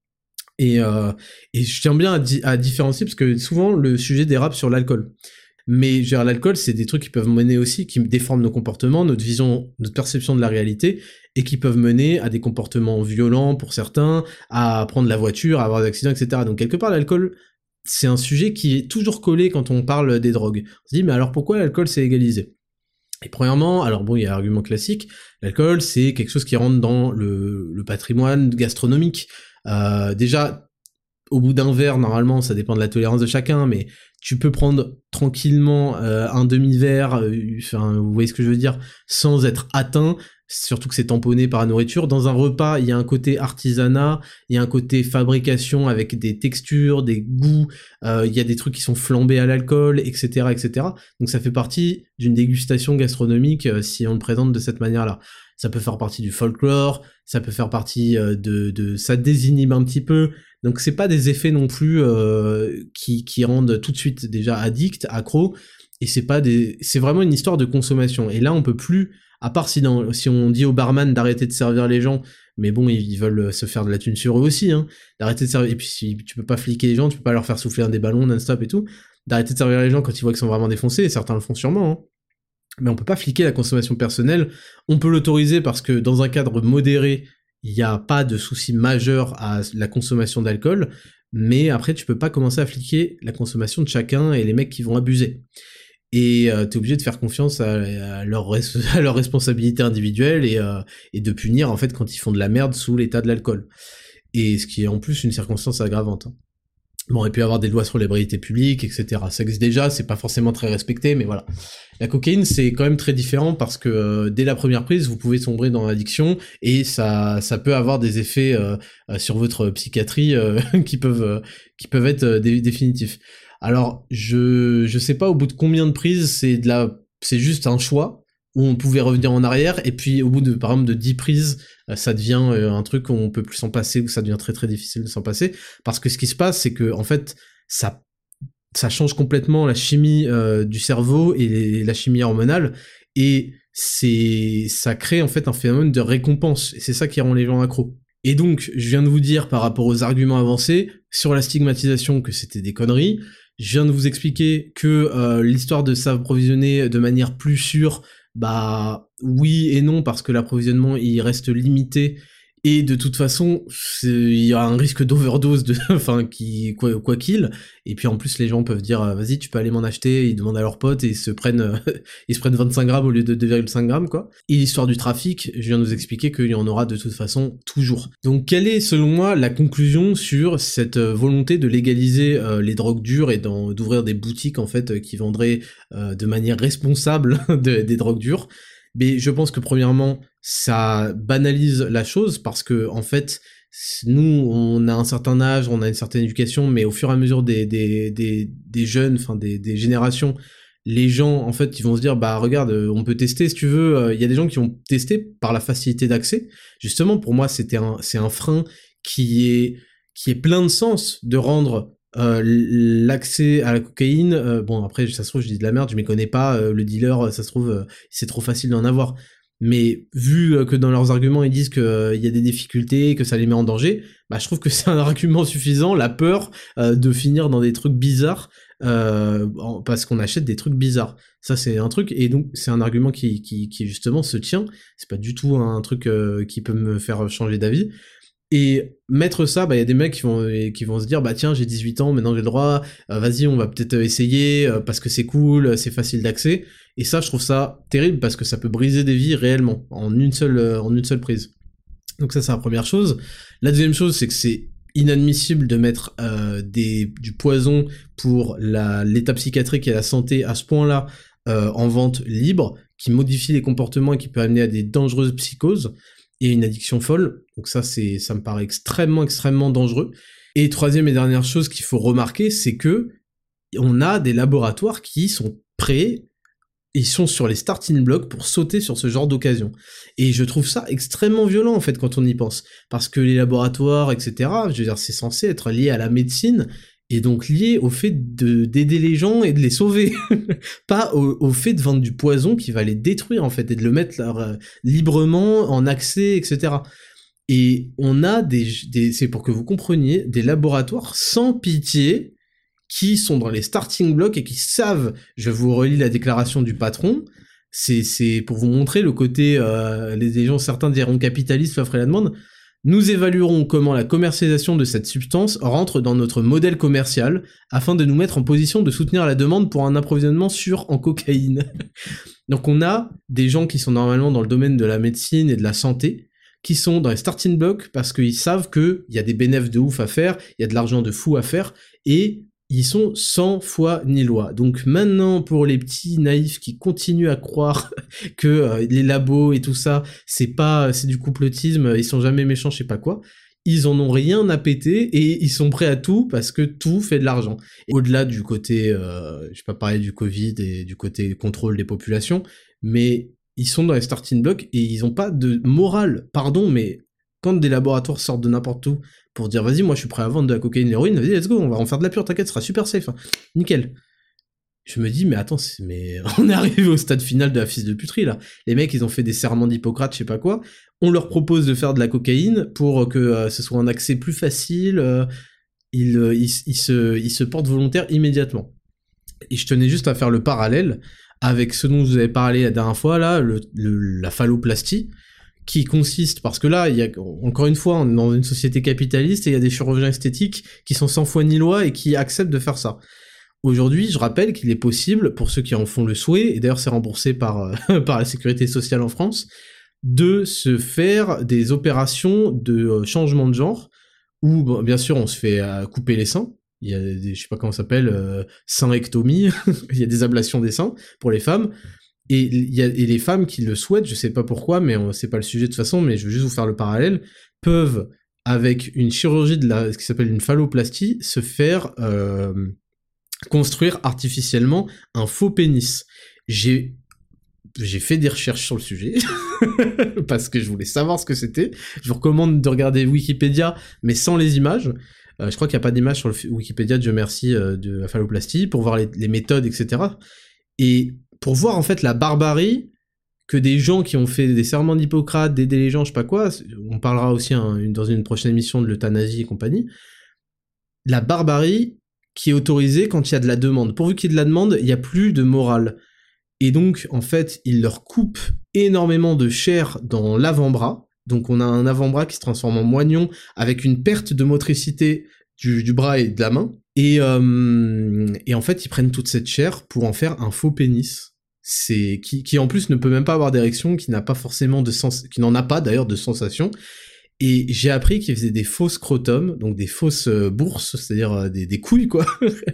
Et je tiens bien à différencier parce que souvent le sujet dérape sur l'alcool. Mais genre l'alcool, c'est des trucs qui peuvent mener aussi, qui déforment nos comportements, notre vision, notre perception de la réalité, et qui peuvent mener à des comportements violents pour certains, à prendre la voiture, à avoir des accidents, etc. Donc quelque part, l'alcool, c'est un sujet qui est toujours collé quand on parle des drogues. On se dit, mais alors pourquoi l'alcool c'est égalisé ? Et premièrement, alors bon, il y a l'argument classique, l'alcool c'est quelque chose qui rentre dans le patrimoine gastronomique. Déjà, au bout d'un verre, normalement, ça dépend de la tolérance de chacun, mais tu peux prendre tranquillement un demi-verre, enfin, vous voyez ce que je veux dire, sans être atteint, surtout que c'est tamponné par la nourriture. Dans un repas, il y a un côté artisanat, il y a un côté fabrication avec des textures, des goûts, il y a des trucs qui sont flambés à l'alcool, etc., etc. Donc ça fait partie d'une dégustation gastronomique si on le présente de cette manière-là. Ça peut faire partie du folklore, ça peut faire partie ça désinhibe un petit peu. Donc c'est pas des effets non plus qui rendent tout de suite déjà addict, accro, et c'est vraiment une histoire de consommation. Et là on peut plus, à part si on dit au barman d'arrêter de servir les gens, mais bon ils veulent se faire de la thune sur eux aussi, hein, d'arrêter de servir, et puis si tu peux pas fliquer les gens, tu peux pas leur faire souffler des ballons non-stop et tout, d'arrêter de servir les gens quand ils voient qu'ils sont vraiment défoncés, et certains le font sûrement, hein. Mais on peut pas fliquer la consommation personnelle, on peut l'autoriser parce que dans un cadre modéré, il n'y a pas de souci majeur à la consommation d'alcool, mais après tu peux pas commencer à fliquer la consommation de chacun et les mecs qui vont abuser. Et t'es obligé de faire confiance à leur responsabilité individuelle et de punir en fait quand ils font de la merde sous l'état de l'alcool. Et ce qui est en plus une circonstance aggravante, hein. Bon, il peut y avoir des lois sur l'ébriété publique, etc. Ça existe déjà, c'est pas forcément très respecté, mais voilà. La cocaïne, c'est quand même très différent parce que dès la première prise, vous pouvez sombrer dans l'addiction et ça peut avoir des effets sur votre psychiatrie qui peuvent être définitifs. Alors, je sais pas au bout de combien de prises, c'est juste un choix où on pouvait revenir en arrière, et puis au bout de, par exemple, de 10 prises, ça devient un truc où on peut plus s'en passer, où ça devient très très difficile de s'en passer, parce que ce qui se passe, c'est que, en fait, ça change complètement la chimie du cerveau et la chimie hormonale, et ça crée, en fait, un phénomène de récompense, et c'est ça qui rend les gens accros. Et donc, je viens de vous dire par rapport aux arguments avancés, sur la stigmatisation que c'était des conneries, je viens de vous expliquer que l'histoire de s'approvisionner de manière plus sûre, bah oui et non, parce que l'approvisionnement il reste limité, et de toute façon, il y a un risque d'overdose enfin, quoi qu'il, et puis en plus les gens peuvent dire, vas-y tu peux aller m'en acheter, ils demandent à leurs potes et ils se prennent 25 grammes au lieu de 2,5 grammes quoi. Et l'histoire du trafic, je viens de vous expliquer qu'il y en aura de toute façon toujours. Donc quelle est selon moi la conclusion sur cette volonté de légaliser les drogues dures et d'ouvrir des boutiques en fait qui vendraient de manière responsable des drogues dures? Mais je pense que premièrement, ça banalise la chose parce que en fait, nous, on a un certain âge, on a une certaine éducation, mais au fur et à mesure des jeunes, enfin des générations, les gens, en fait, ils vont se dire, bah regarde, on peut tester si tu veux. Il y a des gens qui vont tester par la facilité d'accès. Justement, pour moi, c'est un frein qui est plein de sens de rendre l'accès à la cocaïne, bon après ça se trouve je dis de la merde, je m'y connais pas, le dealer ça se trouve c'est trop facile d'en avoir, mais vu que dans leurs arguments ils disent que il y a des difficultés, que ça les met en danger, bah je trouve que c'est un argument suffisant, la peur de finir dans des trucs bizarres parce qu'on achète des trucs bizarres, ça c'est un truc, et donc c'est un argument qui justement se tient, c'est pas du tout un truc qui peut me faire changer d'avis. Et mettre ça, bah il y a des mecs qui vont se dire bah tiens j'ai 18 ans maintenant j'ai le droit, vas-y on va peut-être essayer parce que c'est cool, c'est facile d'accès. Et ça je trouve ça terrible parce que ça peut briser des vies réellement en une seule prise. Donc ça c'est la première chose. La deuxième chose c'est que c'est inadmissible de mettre du poison pour l'état psychiatrique et la santé à ce point-là en vente libre, qui modifie les comportements et qui peut amener à des dangereuses psychoses et une addiction folle, donc ça me paraît extrêmement dangereux. Et troisième et dernière chose qu'il faut remarquer, c'est que on a des laboratoires qui sont prêts, ils sont sur les starting blocks pour sauter sur ce genre d'occasion. Et je trouve ça extrêmement violent en fait quand on y pense, parce que les laboratoires, etc., je veux dire, c'est censé être lié à la médecine, et donc lié au fait d'aider les gens et de les sauver, pas au fait de vendre du poison qui va les détruire en fait, et de le mettre librement en accès, etc. Et on a c'est pour que vous compreniez, des laboratoires sans pitié qui sont dans les starting blocks et qui savent, je vous relis la déclaration du patron, c'est pour vous montrer le côté, les gens, certains diront capitaliste, l'offre et la demande. Nous évaluerons comment la commercialisation de cette substance rentre dans notre modèle commercial afin de nous mettre en position de soutenir la demande pour un approvisionnement sûr en cocaïne. Donc on a des gens qui sont normalement dans le domaine de la médecine et de la santé, qui sont dans les starting blocks parce qu'ils savent qu'il y a des bénéfices de ouf à faire, il y a de l'argent de fou à faire, et ils sont sans foi ni loi. Donc maintenant, pour les petits naïfs qui continuent à croire que les labos et tout ça, c'est du complotisme, ils sont jamais méchants, je sais pas quoi, ils en ont rien à péter et ils sont prêts à tout parce que tout fait de l'argent. Et au-delà du côté, je vais pas parler du Covid et du côté contrôle des populations, mais ils sont dans les starting blocks et ils ont pas de morale, pardon, mais quand des laboratoires sortent de n'importe où pour dire vas-y moi je suis prêt à vendre de la cocaïne, l'héroïne, vas-y let's go, on va en faire de la pure, t'inquiète, ce sera super safe, hein. Nickel. Je me dis mais attends, mais on est arrivé au stade final de la fils de puterie là. Les mecs ils ont fait des serments d'Hippocrate, je sais pas quoi, on leur propose de faire de la cocaïne pour que ce soit un accès plus facile, ils se portent volontaires immédiatement. Et je tenais juste à faire le parallèle avec ce dont vous avez parlé la dernière fois là, la phalloplastie, qui consiste, parce que là, il y a, encore une fois, on est dans une société capitaliste et il y a des chirurgiens esthétiques qui sont sans foi ni loi et qui acceptent de faire ça. Aujourd'hui, je rappelle qu'il est possible, pour ceux qui en font le souhait, et d'ailleurs c'est remboursé par la sécurité sociale en France, de se faire des opérations de changement de genre, où, bon, bien sûr, on se fait couper les seins, il y a des, je sais pas comment ça s'appelle, seinectomie, il y a des ablations des seins pour les femmes, et les femmes qui le souhaitent, je sais pas pourquoi, mais c'est pas le sujet de toute façon, mais je veux juste vous faire le parallèle, peuvent, avec une chirurgie ce qui s'appelle une phalloplastie, se faire construire artificiellement un faux pénis. J'ai fait des recherches sur le sujet, parce que je voulais savoir ce que c'était. Je vous recommande de regarder Wikipédia, mais sans les images. Je crois qu'il n'y a pas d'image sur le Wikipédia, Dieu merci, de la phalloplastie, pour voir les méthodes, etc. Et pour voir en fait la barbarie que des gens qui ont fait des serments d'Hippocrate, d'aider les gens, je sais pas quoi, on parlera aussi dans une prochaine émission de l'euthanasie et compagnie, la barbarie qui est autorisée quand il y a de la demande. Pourvu qu'il y ait de la demande, il n'y a plus de morale. Et donc, en fait, ils leur coupent énormément de chair dans l'avant-bras. Donc on a un avant-bras qui se transforme en moignon, avec une perte de motricité du bras et de la main. Et en fait, ils prennent toute cette chair pour en faire un faux pénis. Qui en plus ne peut même pas avoir d'érection, qui n'a pas forcément qui n'en a pas d'ailleurs de sensation. Et j'ai appris qu'ils faisaient des faux scrotums, donc des fausses bourses, c'est-à-dire des couilles quoi,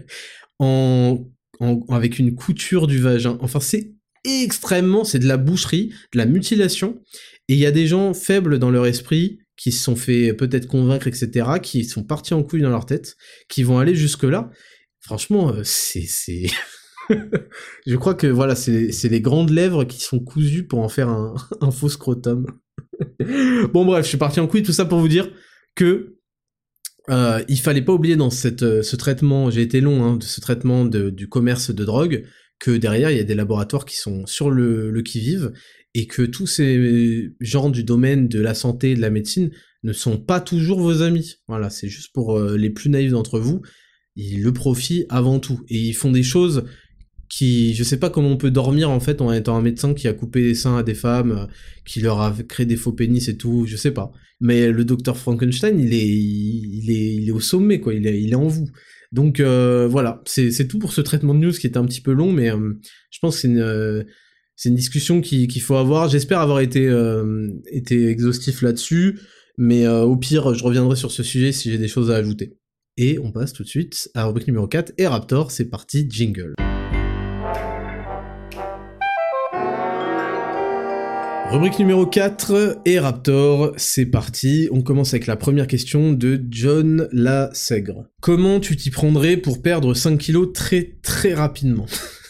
avec une couture du vagin. Enfin c'est de la boucherie, de la mutilation. Et il y a des gens faibles dans leur esprit qui se sont fait peut-être convaincre, etc., qui sont partis en couilles dans leur tête, qui vont aller jusque-là. Franchement, c'est... Je crois que voilà, c'est les grandes lèvres qui sont cousues pour en faire un faux scrotum. Bon bref, je suis parti en couille, tout ça pour vous dire que il fallait pas oublier dans ce traitement, j'ai été long, de ce traitement du commerce de drogue, que derrière il y a des laboratoires qui sont sur le qui-vive, et que tous ces gens du domaine de la santé et de la médecine ne sont pas toujours vos amis. Voilà, c'est juste pour les plus naïfs d'entre vous, ils le profit avant tout, et ils font des choses je sais pas comment on peut dormir en fait en étant un médecin qui a coupé les seins à des femmes, qui leur a créé des faux pénis et tout, je sais pas. Mais le docteur Frankenstein, il est au sommet quoi, il est en vous. Donc voilà, c'est tout pour ce traitement de news qui était un petit peu long, mais je pense que c'est une discussion qu'il faut avoir. J'espère avoir été exhaustif là-dessus, mais au pire, je reviendrai sur ce sujet si j'ai des choses à ajouter. Et on passe tout de suite à la rubrique numéro 4, et Raptor, c'est parti, jingle. Rubrique numéro 4, et Raptor, c'est parti. On commence avec la première question de John Lasègre. Comment tu t'y prendrais pour perdre 5 kilos très très rapidement?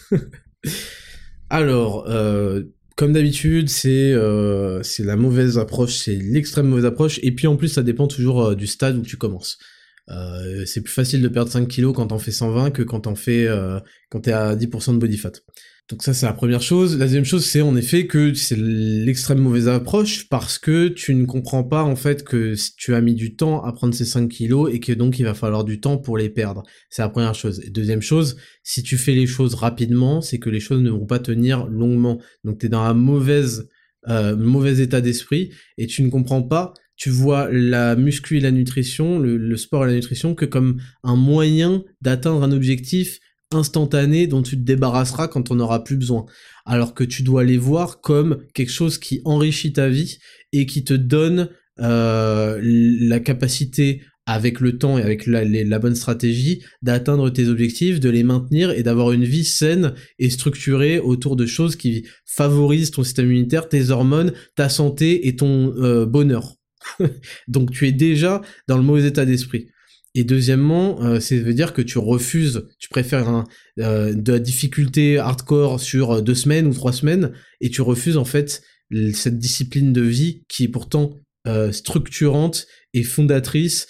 Alors, comme d'habitude, c'est la mauvaise approche, c'est l'extrême mauvaise approche, et puis en plus ça dépend toujours du stade où tu commences. C'est plus facile de perdre 5 kilos quand t'en fais 120 que quand t'es à 10% de body fat. Donc ça c'est la première chose. La deuxième chose c'est en effet que c'est l'extrême mauvaise approche parce que tu ne comprends pas en fait que tu as mis du temps à prendre ces 5 kilos et que donc il va falloir du temps pour les perdre. C'est la première chose. Et deuxième chose, si tu fais les choses rapidement, c'est que les choses ne vont pas tenir longuement. Donc t'es dans un mauvais état d'esprit et tu ne comprends pas. Tu vois la muscu et la nutrition, le sport et la nutrition que comme un moyen d'atteindre un objectif instantané dont tu te débarrasseras quand on n'aura plus besoin. Alors que tu dois les voir comme quelque chose qui enrichit ta vie et qui te donne la capacité avec le temps et avec la bonne stratégie d'atteindre tes objectifs, de les maintenir et d'avoir une vie saine et structurée autour de choses qui favorisent ton système immunitaire, tes hormones, ta santé et ton bonheur. Donc tu es déjà dans le mauvais état d'esprit. Et deuxièmement, ça veut dire que tu préfères de la difficulté hardcore sur 2 semaines ou 3 semaines, et tu refuses en fait cette discipline de vie qui est pourtant structurante et fondatrice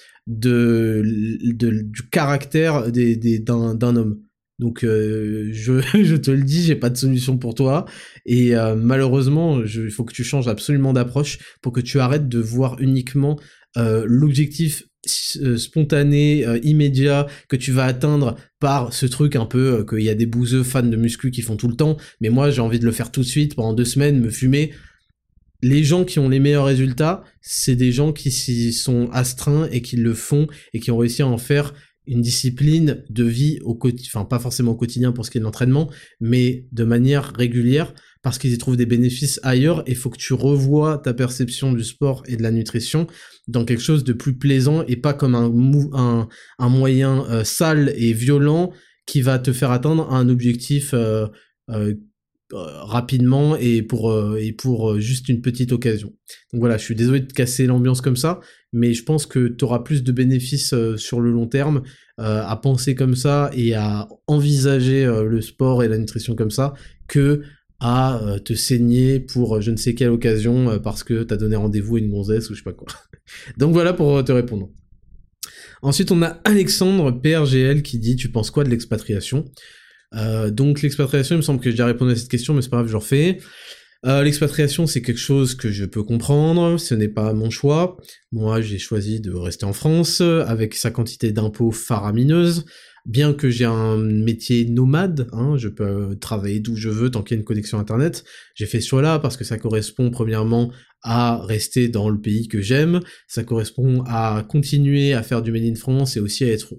du caractère d'un homme. Donc je te le dis, j'ai pas de solution pour toi, et malheureusement il faut que tu changes absolument d'approche pour que tu arrêtes de voir uniquement l'objectif spontané, immédiat, que tu vas atteindre par ce truc un peu qu'il y a des bouseux fans de muscu qui font tout le temps, mais moi j'ai envie de le faire tout de suite, pendant 2 semaines, me fumer. Les gens qui ont les meilleurs résultats, c'est des gens qui s'y sont astreints et qui le font, et qui ont réussi à en faire une discipline de vie enfin pas forcément au quotidien pour ce qui est de l'entraînement, mais de manière régulière, parce qu'ils y trouvent des bénéfices ailleurs, et il faut que tu revoies ta perception du sport et de la nutrition dans quelque chose de plus plaisant, et pas comme un moyen sale et violent qui va te faire atteindre un objectif rapidement et pour juste une petite occasion. Donc voilà, je suis désolé de casser l'ambiance comme ça, mais je pense que tu auras plus de bénéfices sur le long terme à penser comme ça et à envisager le sport et la nutrition comme ça que à te saigner pour je ne sais quelle occasion parce que t'as donné rendez-vous à une gonzesse ou je sais pas quoi. Donc voilà pour te répondre. Ensuite on a Alexandre PRGL qui dit « Tu penses quoi de l'expatriation ?» Donc l'expatriation, il me semble que j'ai déjà répondu à cette question, mais c'est pas grave, je le refais. L'expatriation, c'est quelque chose que je peux comprendre, ce n'est pas mon choix. Moi, j'ai choisi de rester en France, avec sa quantité d'impôts faramineuse. Bien que j'ai un métier nomade, hein, je peux travailler d'où je veux tant qu'il y a une connexion internet, j'ai fait ce choix-là parce que ça correspond premièrement à rester dans le pays que j'aime, ça correspond à continuer à faire du Made in France et aussi à être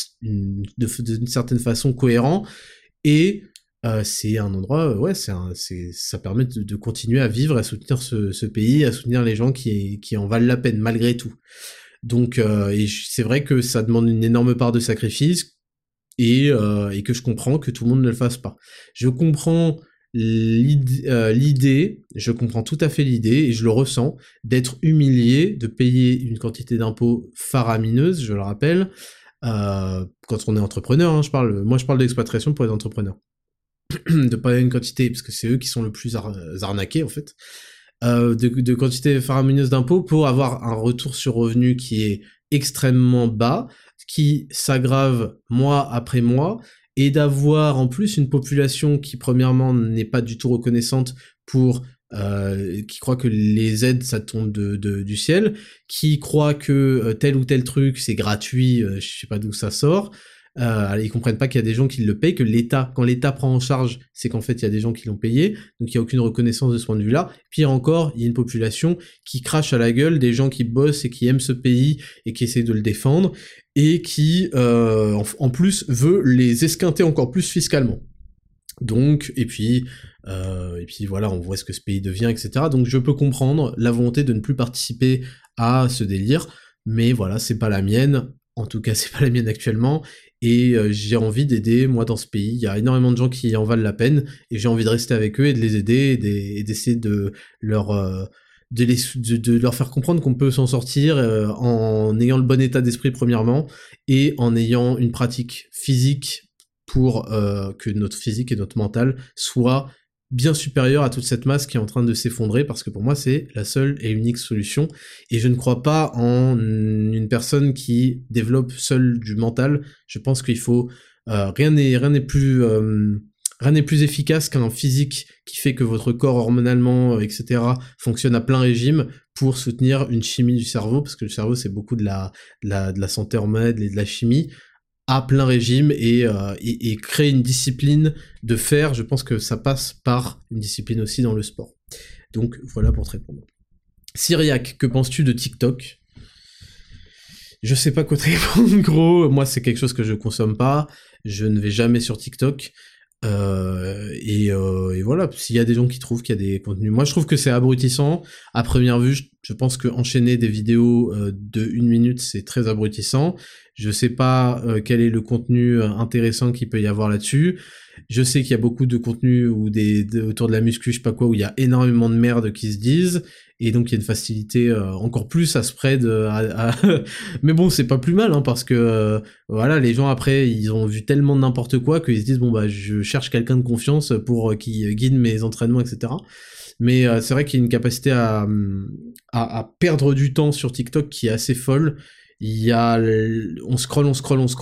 d'une certaine façon cohérent, et c'est un endroit, ouais, ça permet de continuer à vivre, à soutenir ce pays, à soutenir les gens qui en valent la peine malgré tout. Donc, c'est vrai que ça demande une énorme part de sacrifice, et que je comprends que tout le monde ne le fasse pas. Je comprends l'idée, je comprends tout à fait l'idée, et je le ressens, d'être humilié, de payer une quantité d'impôts faramineuse, je le rappelle, quand on est entrepreneur, hein, moi je parle d'expatriation pour les entrepreneurs. De payer une quantité, parce que c'est eux qui sont le plus arnaqués en fait, de quantité faramineuse d'impôts pour avoir un retour sur revenu qui est extrêmement bas, qui s'aggrave mois après mois, et d'avoir en plus une population qui premièrement n'est pas du tout reconnaissante pour qui croit que les aides ça tombe du ciel, qui croit que tel ou tel truc c'est gratuit, je sais pas d'où ça sort. Ils comprennent pas qu'il y a des gens qui le payent, que quand l'État prend en charge, c'est qu'en fait il y a des gens qui l'ont payé, donc il y a aucune reconnaissance de ce point de vue-là. Pire encore, il y a une population qui crache à la gueule des gens qui bossent et qui aiment ce pays et qui essaient de le défendre, et qui en plus veut les esquinter encore plus fiscalement. Donc, et puis voilà, on voit ce que ce pays devient, etc. Donc je peux comprendre la volonté de ne plus participer à ce délire, mais voilà, c'est pas la mienne. En tout cas, c'est pas la mienne actuellement, et j'ai envie d'aider, moi, dans ce pays. Il y a énormément de gens qui en valent la peine, et j'ai envie de rester avec eux et de les aider, et d'essayer de leur faire comprendre qu'on peut s'en sortir en ayant le bon état d'esprit premièrement, et en ayant une pratique physique pour que notre physique et notre mental soient bien supérieur à toute cette masse qui est en train de s'effondrer, parce que pour moi c'est la seule et unique solution, et je ne crois pas en une personne qui développe seule du mental. Je pense qu'il faut rien n'est plus efficace qu'un physique qui fait que votre corps hormonalement, etc., fonctionne à plein régime pour soutenir une chimie du cerveau, parce que le cerveau c'est beaucoup de la santé hormonale et de la chimie à plein régime, et créer une discipline de fer, je pense que ça passe par une discipline aussi dans le sport. Donc voilà pour te répondre. Cyriac, que penses-tu de TikTok ? Je sais pas quoi te répondre, gros. Moi c'est quelque chose que je consomme pas, je ne vais jamais sur TikTok. Et voilà, s'il y a des gens qui trouvent qu'il y a des contenus, moi je trouve que c'est abrutissant. À première vue, je pense que enchaîner des vidéos de 1 minute, c'est très abrutissant. Je sais pas quel est le contenu intéressant qu'il peut y avoir là-dessus. Je sais qu'il y a beaucoup de contenus autour de la muscu, je sais pas quoi, où il y a énormément de merde qui se disent, et donc il y a une facilité encore plus à spread mais bon, c'est pas plus mal, hein, parce que voilà, les gens après ils ont vu tellement de n'importe quoi qu'ils se disent bon bah je cherche quelqu'un de confiance pour qui guide mes entraînements, etc. Mais c'est vrai qu'il y a une capacité à perdre du temps sur TikTok qui est assez folle. Il y a on scrolle,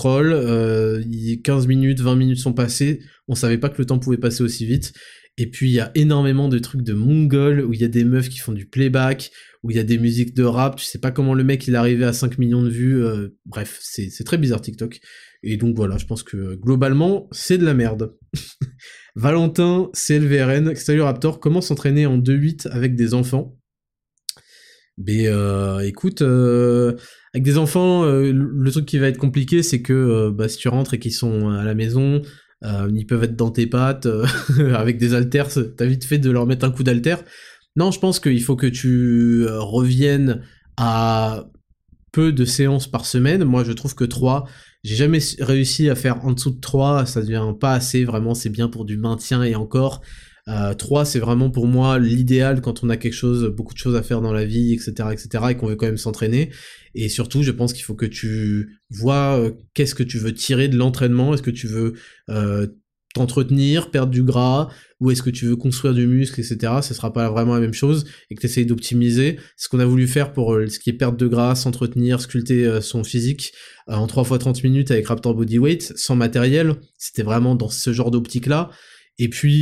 15 minutes, 20 minutes sont passées, on savait pas que le temps pouvait passer aussi vite. Et puis il y a énormément de trucs de mongol, où il y a des meufs qui font du playback, où il y a des musiques de rap, tu sais pas comment le mec il est arrivé à 5 millions de vues, bref, c'est très bizarre TikTok. Et donc voilà, je pense que globalement, c'est de la merde. Valentin, CLVRN, salut Raptor, comment s'entraîner en 2-8 avec des enfants ? Mais écoute, avec des enfants, le truc qui va être compliqué, c'est que si tu rentres et qu'ils sont à la maison, ils peuvent être dans tes pattes, avec des haltères, t'as vite fait de leur mettre un coup d'haltère. Non, je pense qu'il faut que tu reviennes à peu de séances par semaine. Moi, je trouve que 3, j'ai jamais réussi à faire en dessous de 3, ça devient pas assez, vraiment, c'est bien pour du maintien, et encore... 3, c'est vraiment pour moi l'idéal quand on a beaucoup de choses à faire dans la vie, etc., et qu'on veut quand même s'entraîner. Et surtout, je pense qu'il faut que tu vois qu'est-ce que tu veux tirer de l'entraînement. Est-ce que tu veux t'entretenir, perdre du gras, ou est-ce que tu veux construire du muscle, etc. Ce sera pas vraiment la même chose, et que tu essayes d'optimiser. Ce qu'on a voulu faire pour ce qui est perte de gras, s'entretenir, sculpter son physique en 3 x 30 minutes avec Raptor Bodyweight, sans matériel, c'était vraiment dans ce genre d'optique-là. Et puis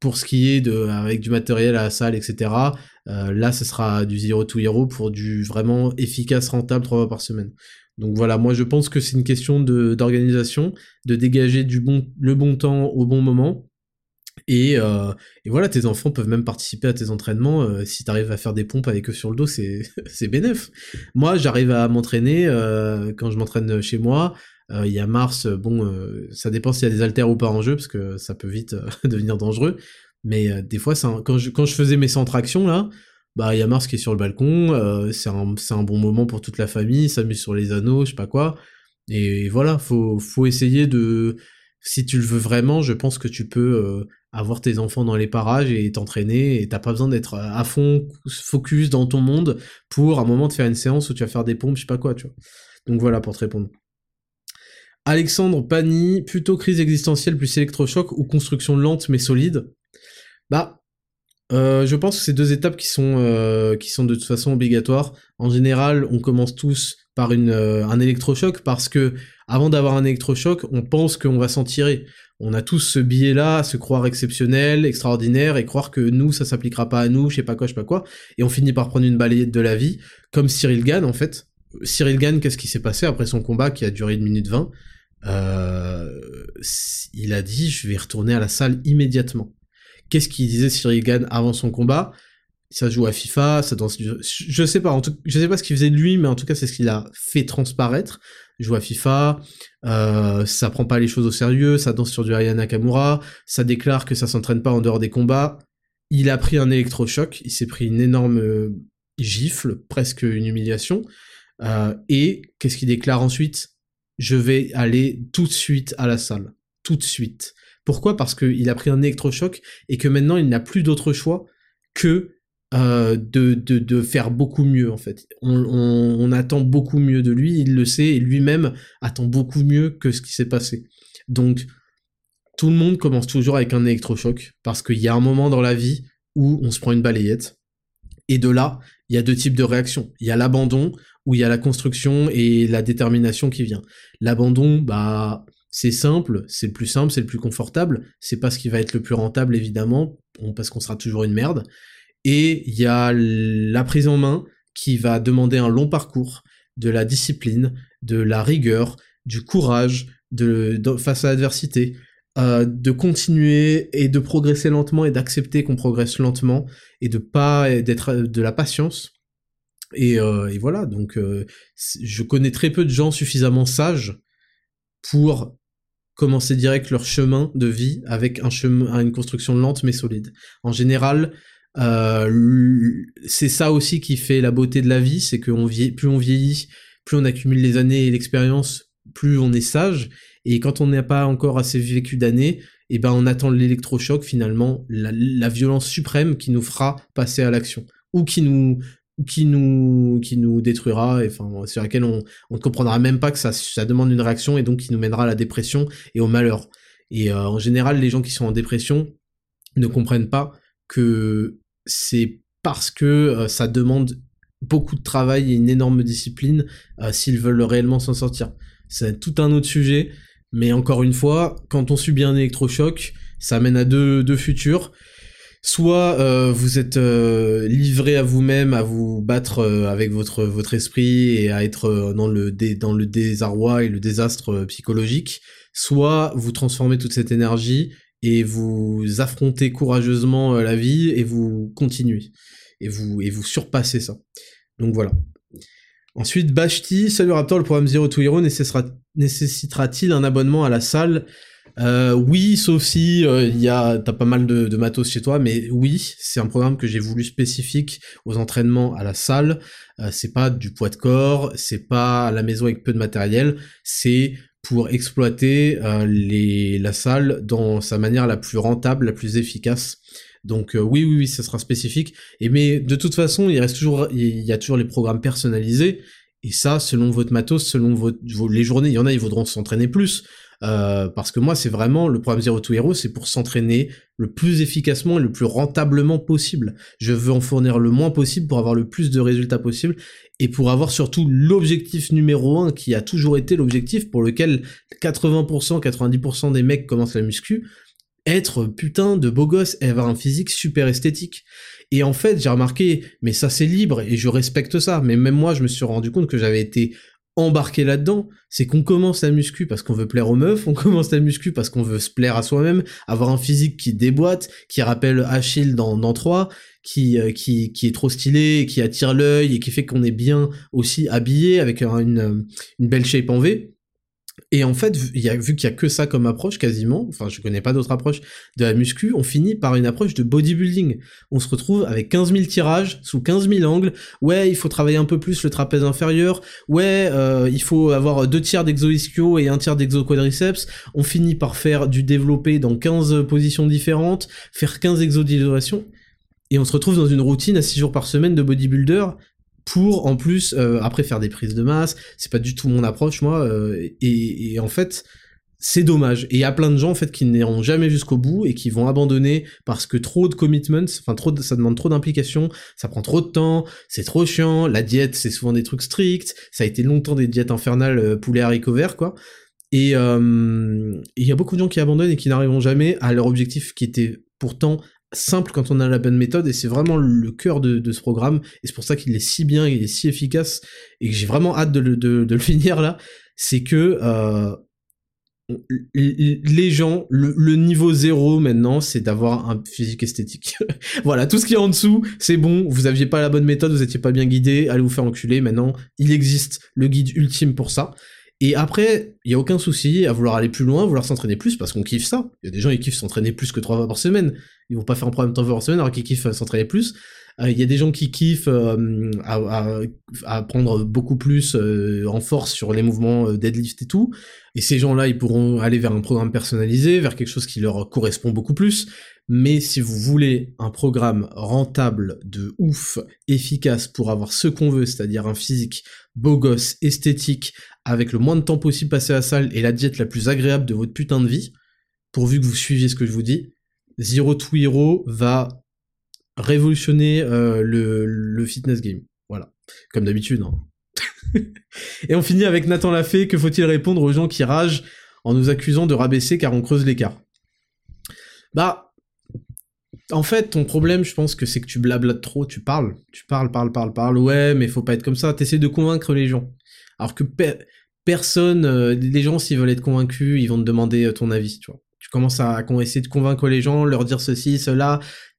pour ce qui est avec du matériel à la salle, etc., là, ce sera du Zero to Hero pour du vraiment efficace, rentable 3 fois par semaine. Donc voilà, moi je pense que c'est une question d'organisation, de dégager le bon temps au bon moment. Et voilà, tes enfants peuvent même participer à tes entraînements. Si t'arrives à faire des pompes avec eux sur le dos, c'est c'est bénef. Moi, j'arrive à m'entraîner quand je m'entraîne chez moi. Il y a Mars, ça dépend s'il y a des haltères ou pas en jeu, parce que ça peut vite devenir dangereux. Mais des fois, quand je faisais mes centractions là, bah il y a Mars qui est sur le balcon. C'est un bon moment pour toute la famille. S'amuse sur les anneaux, je sais pas quoi. Et voilà, faut essayer de, si tu le veux vraiment, je pense que tu peux avoir tes enfants dans les parages et t'entraîner, et t'as pas besoin d'être à fond focus dans ton monde pour un moment te faire une séance où tu vas faire des pompes, je sais pas quoi, tu vois. Donc voilà pour te répondre. Alexandre Pani, plutôt crise existentielle plus électrochoc ou construction lente mais solide? Bah, je pense que c'est deux étapes qui sont de toute façon obligatoires. En général, on commence tous par un électrochoc parce que avant d'avoir un électrochoc, on pense qu'on va s'en tirer. On a tous ce biais-là, se croire exceptionnel, extraordinaire, et croire que nous, ça s'appliquera pas à nous, je sais pas quoi, et on finit par prendre une balayette de la vie, comme Cyril Gane en fait. Cyril Gane, qu'est-ce qui s'est passé après son combat qui a duré 1 minute 20? Il a dit, je vais retourner à la salle immédiatement. Qu'est-ce qu'il disait Cyril Gane avant son combat? Ça joue à FIFA, ça danse, je sais pas, je sais pas ce qu'il faisait de lui, mais en tout cas c'est ce qu'il a fait transparaître. Il joue à FIFA, ça prend pas les choses au sérieux, ça danse sur du Aya Nakamura, ça déclare que ça s'entraîne pas en dehors des combats. Il a pris un électrochoc, il s'est pris une énorme gifle, presque une humiliation, et qu'est-ce qu'il déclare ensuite? Je vais aller tout de suite à la salle, tout de suite. Pourquoi? Parce qu'il a pris un électrochoc et que maintenant il n'a plus d'autre choix que de faire beaucoup mieux en fait. On attend beaucoup mieux de lui, il le sait, et lui-même attend beaucoup mieux que ce qui s'est passé. Donc tout le monde commence toujours avec un électrochoc, parce qu'il y a un moment dans la vie où on se prend une balayette, et de là, il y a deux types de réactions. Il y a l'abandon, où il y a la construction et la détermination qui vient. L'abandon, bah c'est simple, c'est le plus simple, c'est le plus confortable, c'est pas ce qui va être le plus rentable évidemment, parce qu'on sera toujours une merde. Et il y a la prise en main qui va demander un long parcours, de la discipline, de la rigueur, du courage, face à l'adversité, de continuer et de progresser lentement et d'accepter qu'on progresse lentement et d'être de la patience. Et voilà, donc je connais très peu de gens suffisamment sages pour commencer direct leur chemin de vie avec une construction lente mais solide. En général, c'est ça aussi qui fait la beauté de la vie, c'est que plus on vieillit, plus on accumule les années et l'expérience, plus on est sage, et quand on n'a pas encore assez vécu d'années, et ben on attend l'électrochoc finalement, la violence suprême qui nous fera passer à l'action, ou qui nous détruira, et enfin sur laquelle on ne comprendra même pas que ça demande une réaction, et donc qui nous mènera à la dépression et au malheur. Et en général, les gens qui sont en dépression ne comprennent pas que c'est parce que ça demande beaucoup de travail et une énorme discipline s'ils veulent réellement s'en sortir. C'est tout un autre sujet, mais encore une fois, quand on subit un électrochoc, ça mène à deux futurs. Soit vous êtes livré à vous-même, à vous battre avec votre esprit et à être dans le désarroi et le désastre psychologique, soit vous transformez toute cette énergie et vous affrontez courageusement la vie et vous continuez et vous surpassez ça. Donc voilà. Ensuite, Bashti, salut Raptor, le programme Zero to Hero nécessitera-t-il un abonnement à la salle? Oui, sauf si t'as pas mal de matos chez toi, mais oui, c'est un programme que j'ai voulu spécifique aux entraînements à la salle. C'est pas du poids de corps, c'est pas à la maison avec peu de matériel, c'est pour exploiter la salle dans sa manière la plus rentable, la plus efficace. Donc oui, ça sera spécifique. Mais de toute façon, il y a toujours les programmes personnalisés. Et ça, selon votre matos, selon les journées, il y en a, ils voudront s'entraîner plus. Parce que moi, c'est vraiment, le programme Zero to Hero, c'est pour s'entraîner le plus efficacement et le plus rentablement possible. Je veux en fournir le moins possible pour avoir le plus de résultats possible et pour avoir surtout l'objectif numéro 1 qui a toujours été l'objectif pour lequel 80%, 90% des mecs commencent la muscu. être putain de beau gosse et avoir un physique super esthétique. Et en fait, j'ai remarqué, mais ça c'est libre et je respecte ça, mais même moi je me suis rendu compte que j'avais été embarqué là-dedans, c'est qu'on commence la muscu parce qu'on veut plaire aux meufs, on commence la muscu parce qu'on veut se plaire à soi-même, avoir un physique qui déboîte, qui rappelle Achille dans 3, qui est trop stylé, qui attire l'œil et qui fait qu'on est bien aussi habillé avec une belle shape en V. Et en fait, vu qu'il y a que ça comme approche quasiment, enfin je connais pas d'autres approches de la muscu, on finit par une approche de bodybuilding. On se retrouve avec 15 000 tirages, sous 15 000 angles, ouais il faut travailler un peu plus le trapèze inférieur, ouais il faut avoir 2 tiers d'exo-ischio et 1 tiers d'exo-quadriceps, on finit par faire du développé dans 15 positions différentes, faire 15 exo-d'isolation, et on se retrouve dans une routine à 6 jours par semaine de bodybuilder, pour en plus après faire des prises de masse. C'est pas du tout mon approche moi, et en fait c'est dommage, et il y a plein de gens en fait qui n'iront jamais jusqu'au bout et qui vont abandonner parce que trop de commitments, enfin ça demande trop d'implication, ça prend trop de temps, c'est trop chiant, la diète c'est souvent des trucs stricts, ça a été longtemps des diètes infernales, poulet haricots verts quoi, et il y a beaucoup de gens qui abandonnent et qui n'arriveront jamais à leur objectif qui était pourtant simple quand on a la bonne méthode, et c'est vraiment le cœur de ce programme, et c'est pour ça qu'il est si bien, il est si efficace, et que j'ai vraiment hâte de le finir là, c'est que les gens, le niveau 0 maintenant, c'est d'avoir un physique esthétique. Voilà, tout ce qui est en dessous, c'est bon, vous aviez pas la bonne méthode, vous étiez pas bien guidé, allez vous faire enculer, maintenant, il existe le guide ultime pour ça. Et après, il y a aucun souci à vouloir aller plus loin, vouloir s'entraîner plus, parce qu'on kiffe ça. Il y a des gens qui kiffent s'entraîner plus que 3 fois par semaine. Ils vont pas faire un programme de 3 fois par semaine alors qu'ils kiffent s'entraîner plus. Il y a des gens qui kiffent à prendre beaucoup plus en force sur les mouvements deadlift et tout. Et ces gens-là, ils pourront aller vers un programme personnalisé, vers quelque chose qui leur correspond beaucoup plus. Mais si vous voulez un programme rentable de ouf, efficace pour avoir ce qu'on veut, c'est-à-dire un physique beau gosse, esthétique, avec le moins de temps possible passé à la salle et la diète la plus agréable de votre putain de vie, pourvu que vous suiviez ce que je vous dis, Zero to Hero va révolutionner le fitness game. Voilà. Comme d'habitude. Hein. Et on finit avec Nathan Lafay. Que faut-il répondre aux gens qui ragent en nous accusant de rabaisser car on creuse l'écart? Bah, en fait, ton problème, je pense que c'est que tu blablates trop, tu parles, ouais, mais faut pas être comme ça, t'essaies de convaincre les gens. Alors que personne, les gens, s'ils veulent être convaincus, ils vont te demander ton avis, tu vois. Tu commences à essayer de convaincre les gens, leur dire ceci, cela,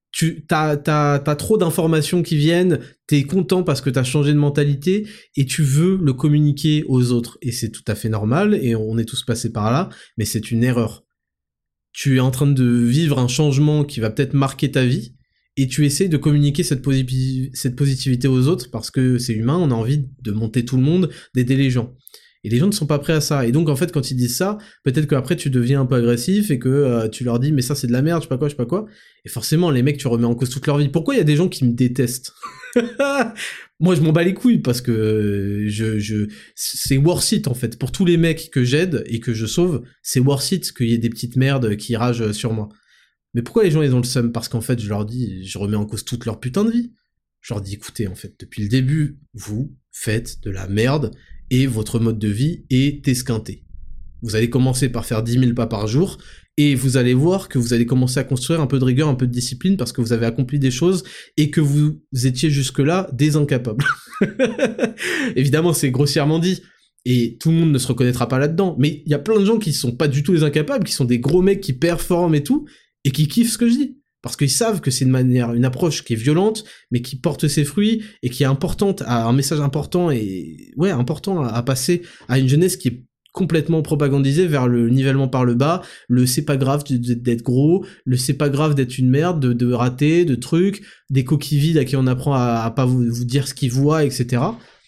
t'as trop d'informations qui viennent, t'es content parce que t'as changé de mentalité, et tu veux le communiquer aux autres. Et c'est tout à fait normal, et on est tous passés par là, mais c'est une erreur. Tu es en train de vivre un changement qui va peut-être marquer ta vie, et tu essaies de communiquer cette positivité aux autres, parce que c'est humain, on a envie de monter tout le monde, d'aider les gens. Et les gens ne sont pas prêts à ça. Et donc, en fait, quand ils disent ça, peut-être qu'après, tu deviens un peu agressif et que tu leur dis « mais ça, c'est de la merde, je sais pas quoi ». Et forcément, les mecs, tu remets en cause toute leur vie. Pourquoi il y a des gens qui me détestent? Moi, je m'en bats les couilles parce que c'est worth it, en fait. Pour tous les mecs que j'aide et que je sauve, c'est worth it qu'il y ait des petites merdes qui ragent sur moi. Mais pourquoi les gens, ils ont le seum? Parce qu'en fait, je leur dis, je remets en cause toute leur putain de vie. Je leur dis, écoutez, en fait, depuis le début, vous faites de la merde et votre mode de vie est esquinté. Vous allez commencer par faire 10 000 pas par jour, et vous allez voir que vous allez commencer à construire un peu de rigueur, un peu de discipline, parce que vous avez accompli des choses, et que vous étiez jusque-là des incapables. Évidemment, c'est grossièrement dit, et tout le monde ne se reconnaîtra pas là-dedans, mais il y a plein de gens qui sont pas du tout des incapables, qui sont des gros mecs qui performent et tout, et qui kiffent ce que je dis. Parce qu'ils savent que c'est une approche qui est violente, mais qui porte ses fruits, et qui est importante, a un message important, et ouais, important à passer à une jeunesse qui est complètement propagandisée vers le nivellement par le bas, le c'est pas grave d'être gros, le c'est pas grave d'être une merde, de rater, de trucs, des coquilles vides à qui on apprend à pas vous dire ce qu'ils voient, etc.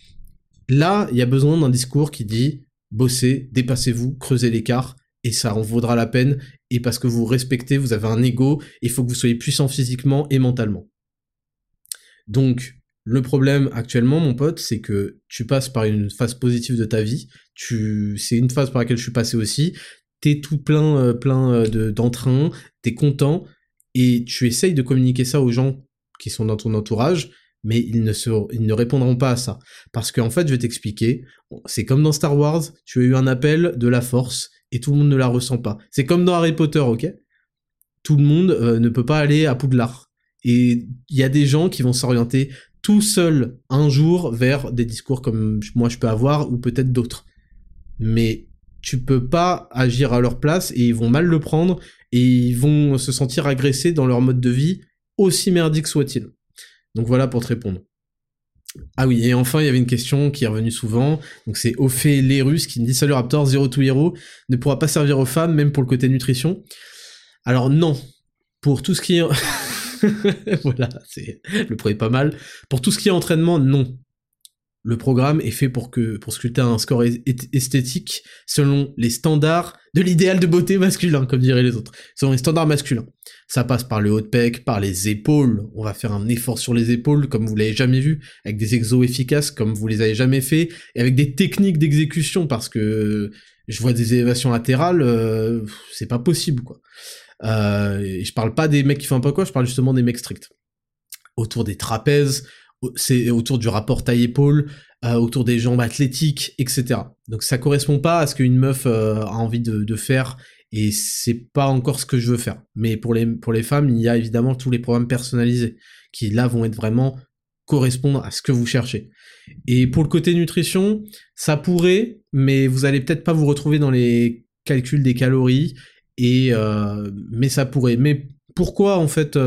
Là, il y a besoin d'un discours qui dit, bossez, dépassez-vous, creusez l'écart, et ça en vaudra la peine, et parce que vous respectez, vous avez un ego, et il faut que vous soyez puissant physiquement et mentalement. Donc, le problème actuellement, mon pote, c'est que tu passes par une phase positive de ta vie, c'est une phase par laquelle je suis passé aussi, t'es tout plein d'entrain, t'es content, et tu essayes de communiquer ça aux gens qui sont dans ton entourage, mais ils ne répondront pas à ça. Parce qu'en fait, je vais t'expliquer, c'est comme dans Star Wars, tu as eu un appel de la force, et tout le monde ne la ressent pas. C'est comme dans Harry Potter, ok? tout le monde ne peut pas aller à Poudlard. Et il y a des gens qui vont s'orienter tout seuls un jour vers des discours comme moi je peux avoir, ou peut-être d'autres. Mais tu peux pas agir à leur place, et ils vont mal le prendre, et ils vont se sentir agressés dans leur mode de vie, aussi merdique soit-il. Donc voilà pour te répondre. Ah oui, et enfin, il y avait une question qui est revenue souvent, donc c'est Ophélerus qui me dit « Salut Raptor, Zero to Hero ne pourra pas servir aux femmes, même pour le côté nutrition ?» Alors non, pour tout ce qui est... voilà, le premier pas mal. Pour tout ce qui est entraînement, non. Le programme est fait pour sculpter un score esthétique selon les standards de l'idéal de beauté masculin, comme diraient les autres. Selon les standards masculins. Ça passe par le haut de pec, par les épaules. On va faire un effort sur les épaules, comme vous l'avez jamais vu, avec des exos efficaces, comme vous les avez jamais fait, et avec des techniques d'exécution, parce que je vois des élévations latérales, c'est pas possible, quoi. Et je parle pas des mecs qui font un peu quoi, je parle justement des mecs stricts. Autour des trapèzes, c'est autour du rapport taille-épaule, autour des jambes athlétiques, etc. Donc ça correspond pas à ce qu'une meuf a envie de faire, et c'est pas encore ce que je veux faire. Mais pour les femmes, il y a évidemment tous les programmes personnalisés, qui là vont être vraiment correspondre à ce que vous cherchez. Et pour le côté nutrition, ça pourrait, mais vous allez peut-être pas vous retrouver dans les calculs des calories, mais ça pourrait. Mais pourquoi en fait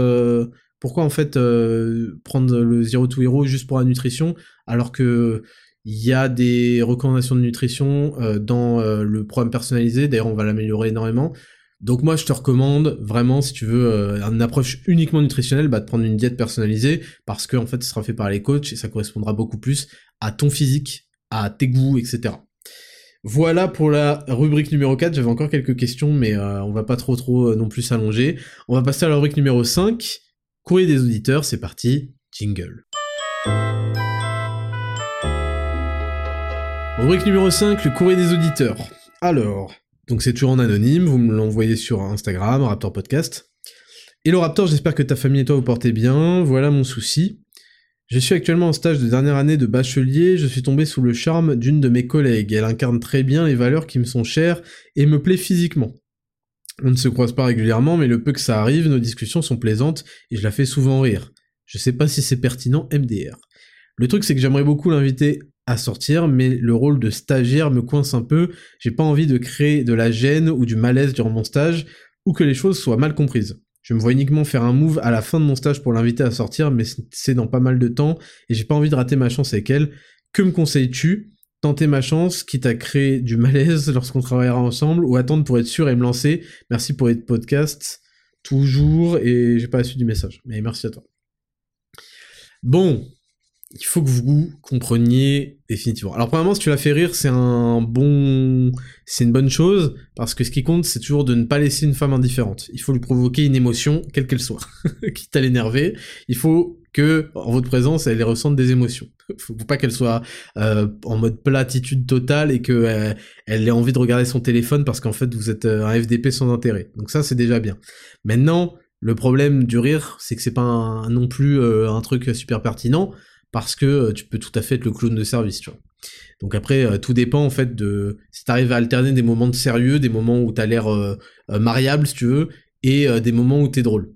prendre le Zero to Hero juste pour la nutrition, alors que il y a des recommandations de nutrition dans le programme personnalisé. D'ailleurs, on va l'améliorer énormément. Donc moi, je te recommande vraiment, si tu veux une approche uniquement nutritionnelle, de prendre une diète personnalisée, parce que en fait, ce sera fait par les coachs et ça correspondra beaucoup plus à ton physique, à tes goûts, etc. Voilà pour la rubrique numéro 4, j'avais encore quelques questions, mais on va pas trop non plus s'allonger. On va passer à la rubrique numéro 5, courrier des auditeurs, c'est parti, jingle. Rubrique numéro 5, le courrier des auditeurs. Alors, donc c'est toujours en anonyme, vous me l'envoyez sur Instagram, Raptor Podcast. Hello Raptor, j'espère que ta famille et toi vous portez bien, voilà mon souci. Je suis actuellement en stage de dernière année de bachelier, je suis tombé sous le charme d'une de mes collègues. Elle incarne très bien les valeurs qui me sont chères et me plaît physiquement. On ne se croise pas régulièrement, mais le peu que ça arrive, nos discussions sont plaisantes et je la fais souvent rire. Je sais pas si c'est pertinent MDR. Le truc c'est que j'aimerais beaucoup l'inviter à sortir, mais le rôle de stagiaire me coince un peu, j'ai pas envie de créer de la gêne ou du malaise durant mon stage, ou que les choses soient mal comprises. Je me vois uniquement faire un move à la fin de mon stage pour l'inviter à sortir, mais c'est dans pas mal de temps, et j'ai pas envie de rater ma chance avec elle. Que me conseilles-tu ? Tenter ma chance, quitte à créer du malaise lorsqu'on travaillera ensemble, ou attendre pour être sûr et me lancer ? Merci pour les podcasts, toujours, et j'ai pas la suite du message, mais merci à toi. Bon, il faut que vous compreniez définitivement. Alors premièrement, si tu la fais rire, c'est une bonne chose, parce que ce qui compte, c'est toujours de ne pas laisser une femme indifférente. Il faut lui provoquer une émotion, quelle qu'elle soit. Quitte à l'énerver, il faut que, en votre présence, elle ressente des émotions. Faut pas qu'elle soit en mode platitude totale et que elle ait envie de regarder son téléphone parce qu'en fait vous êtes un FDP sans intérêt. Donc ça, c'est déjà bien. Maintenant, le problème du rire, c'est que c'est pas non plus un truc super pertinent, parce que tu peux tout à fait être le clown de service, tu vois. Donc après, tout dépend en fait de si t'arrives à alterner des moments de sérieux, des moments où t'as l'air mariable, si tu veux, et des moments où t'es drôle.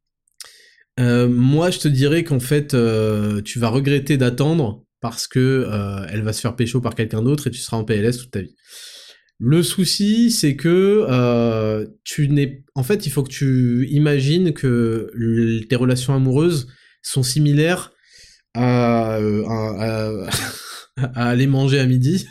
Moi, je te dirais qu'en fait, tu vas regretter d'attendre, parce que elle va se faire pécho par quelqu'un d'autre et tu seras en PLS toute ta vie. Le souci, c'est que en fait, il faut que tu imagines que tes relations amoureuses sont similaires à aller manger à midi.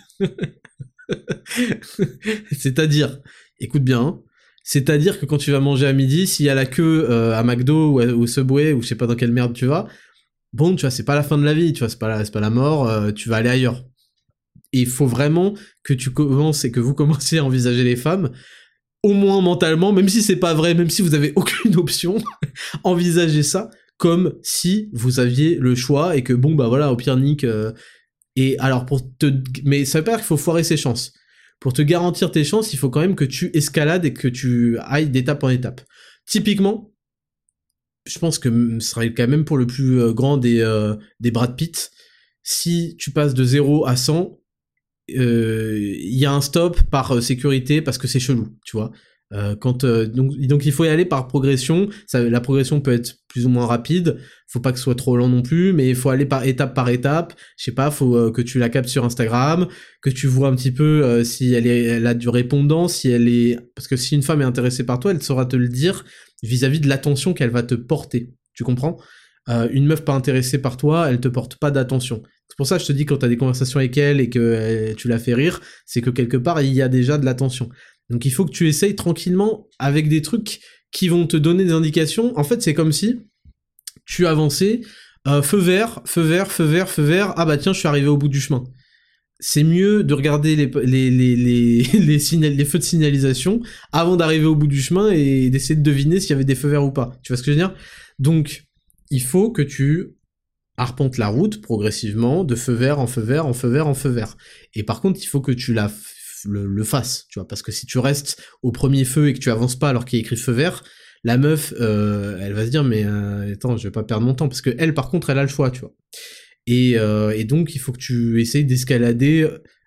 C'est-à-dire, écoute bien, hein, c'est-à-dire que quand tu vas manger à midi, s'il y a la queue à McDo ou au Subway ou je sais pas dans quelle merde tu vas, bon, tu vois, c'est pas la fin de la vie, tu vois, c'est pas la mort, tu vas aller ailleurs. Et il faut vraiment que tu commences et que vous commencez à envisager les femmes, au moins mentalement, même si c'est pas vrai, même si vous avez aucune option, envisagez ça comme si vous aviez le choix et que bon bah voilà, au pire nique. Et alors mais ça veut pas dire qu'il faut foirer ses chances. Pour te garantir tes chances, il faut quand même que tu escalades et que tu ailles d'étape en étape. Typiquement, je pense que ce sera quand même pour le plus grand des Brad Pitt. Si tu passes de 0 à 100, il y a un stop par sécurité parce que c'est chelou, tu vois. Donc il faut y aller par progression. La progression peut être plus ou moins rapide. Faut pas que ce soit trop lent non plus, mais il faut aller par étape. Je sais pas, faut que tu la captes sur Instagram, que tu vois un petit peu si elle a du répondant, parce que si une femme est intéressée par toi, elle saura te le dire vis-à-vis de l'attention qu'elle va te porter. Tu comprends? Une meuf pas intéressée par toi, elle te porte pas d'attention. C'est pour ça que je te dis, quand t'as des conversations avec elle et que tu la fais rire, c'est que quelque part il y a déjà de l'attention. Donc il faut que tu essayes tranquillement avec des trucs qui vont te donner des indications. En fait, c'est comme si tu avançais, feu vert, ah bah tiens, je suis arrivé au bout du chemin. C'est mieux de regarder les feux de signalisation avant d'arriver au bout du chemin et d'essayer de deviner s'il y avait des feux verts ou pas. Tu vois ce que je veux dire? Donc, il faut que tu arpentes la route progressivement, de feu vert en feu vert, en feu vert en feu vert. Et par contre, il faut que tu le fasses, tu vois, parce que si tu restes au premier feu et que tu avances pas alors qu'il y a écrit feu vert, la meuf, elle va se dire, mais attends, je vais pas perdre mon temps, parce que elle, par contre, elle a le choix, tu vois. Et donc, il faut que tu essayes d'escalader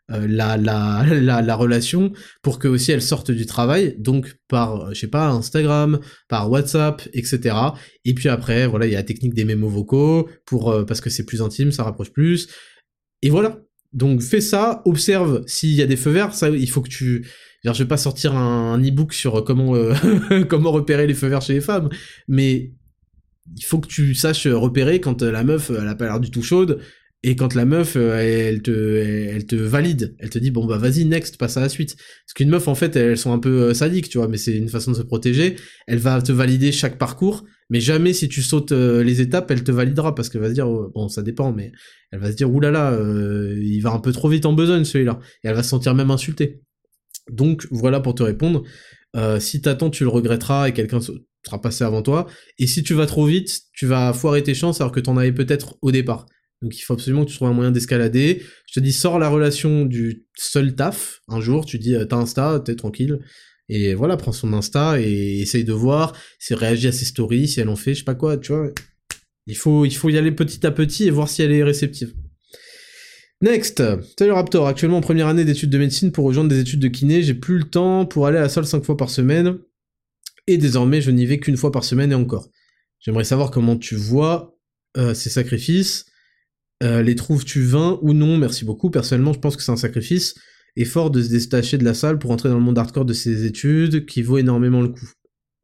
la relation pour que aussi elle sorte du travail, donc par, je sais pas, Instagram, par WhatsApp, etc. Et puis après, voilà, il y a la technique des mémos vocaux, parce que c'est plus intime, ça rapproche plus. Et voilà. Donc fais ça, observe s'il y a des feux verts, ça, il faut que tu... Genre, je vais pas sortir un e-book sur comment comment repérer les feux verts chez les femmes, mais il faut que tu saches repérer quand la meuf, elle a pas l'air du tout chaude, et quand la meuf, elle te valide, elle te dit, bon bah vas-y, next, passe à la suite. Parce qu'une meuf, en fait, elles sont un peu sadiques, tu vois, mais c'est une façon de se protéger, elle va te valider chaque parcours, mais jamais si tu sautes les étapes, elle te validera, parce qu'elle va se dire, bon, ça dépend, mais elle va se dire, oulala, il va un peu trop vite en besogne, celui-là, et elle va se sentir même insultée. Donc, voilà pour te répondre. Si t'attends, tu le regretteras, et quelqu'un sera passé avant toi, et si tu vas trop vite, tu vas foirer tes chances alors que t'en avais peut-être au départ. Donc il faut absolument que tu trouves un moyen d'escalader. Je te dis, sors la relation du seul taf, un jour, tu dis, t'as Insta, t'es tranquille, et voilà, prends son Insta, et essaye de voir, si elle réagit à ses stories, si elle en fait, je sais pas quoi, tu vois. Il faut y aller petit à petit, et voir si elle est réceptive. Next, salut Raptor, actuellement en première année d'études de médecine pour rejoindre des études de kiné, j'ai plus le temps pour aller à la salle 5 fois par semaine, et désormais je n'y vais qu'une fois par semaine et encore. J'aimerais savoir comment tu vois ces sacrifices, les trouves-tu vains ou non? Merci beaucoup, personnellement je pense que c'est un sacrifice, et fort de se détacher de la salle pour entrer dans le monde hardcore de ces études, qui vaut énormément le coup.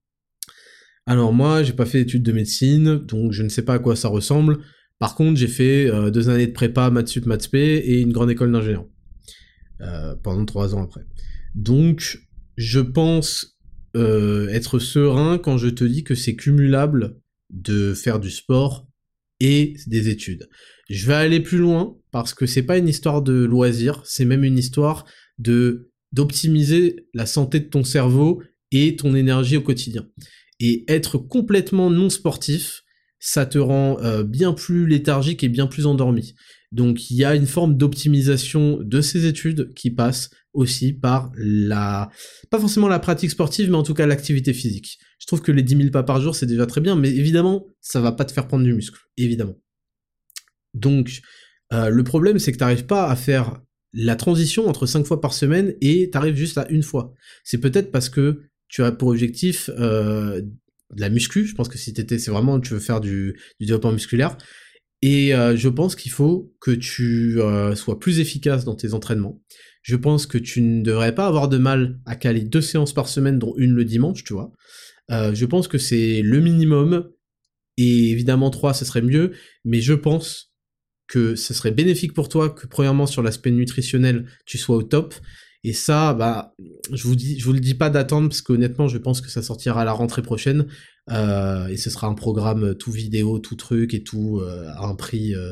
Alors moi, j'ai pas fait d'études de médecine, donc je ne sais pas à quoi ça ressemble. Par contre, j'ai fait 2 années de prépa, maths sup, maths spé, et une grande école d'ingénieur. Pendant 3 ans après. Donc, je pense être serein quand je te dis que c'est cumulable de faire du sport et des études. Je vais aller plus loin, parce que c'est pas une histoire de loisir, c'est même une histoire d'optimiser la santé de ton cerveau et ton énergie au quotidien. Et être complètement non sportif, ça te rend bien plus léthargique et bien plus endormi. Donc il y a une forme d'optimisation de ces études qui passe aussi par pas forcément la pratique sportive, mais en tout cas l'activité physique. Je trouve que les 10 000 pas par jour, c'est déjà très bien, mais évidemment, ça va pas te faire prendre du muscle, évidemment. Donc, le problème, c'est que t'arrives pas à faire la transition entre 5 fois par semaine et t'arrives juste à une fois. C'est peut-être parce que tu as pour objectif de la muscu, je pense que c'est vraiment, tu veux faire du développement musculaire, et je pense qu'il faut que tu sois plus efficace dans tes entraînements. Je pense que tu ne devrais pas avoir de mal à caler 2 séances par semaine, dont une le dimanche, tu vois. Je pense que c'est le minimum, et évidemment 3, ce serait mieux, mais je pense que ce serait bénéfique pour toi que premièrement sur l'aspect nutritionnel, tu sois au top. Et ça, bah, je vous le dis pas d'attendre, parce qu'honnêtement, je pense que ça sortira à la rentrée prochaine, et ce sera un programme tout vidéo, tout truc et tout, à un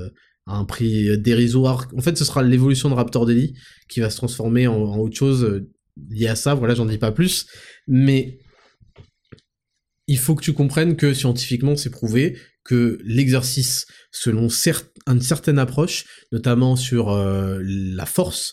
prix dérisoire. En fait, ce sera l'évolution de Raptor Daily qui va se transformer en autre chose lié à ça. Voilà, j'en dis pas plus, mais il faut que tu comprennes que scientifiquement, c'est prouvé que l'exercice, selon une certaine approche, notamment sur la force,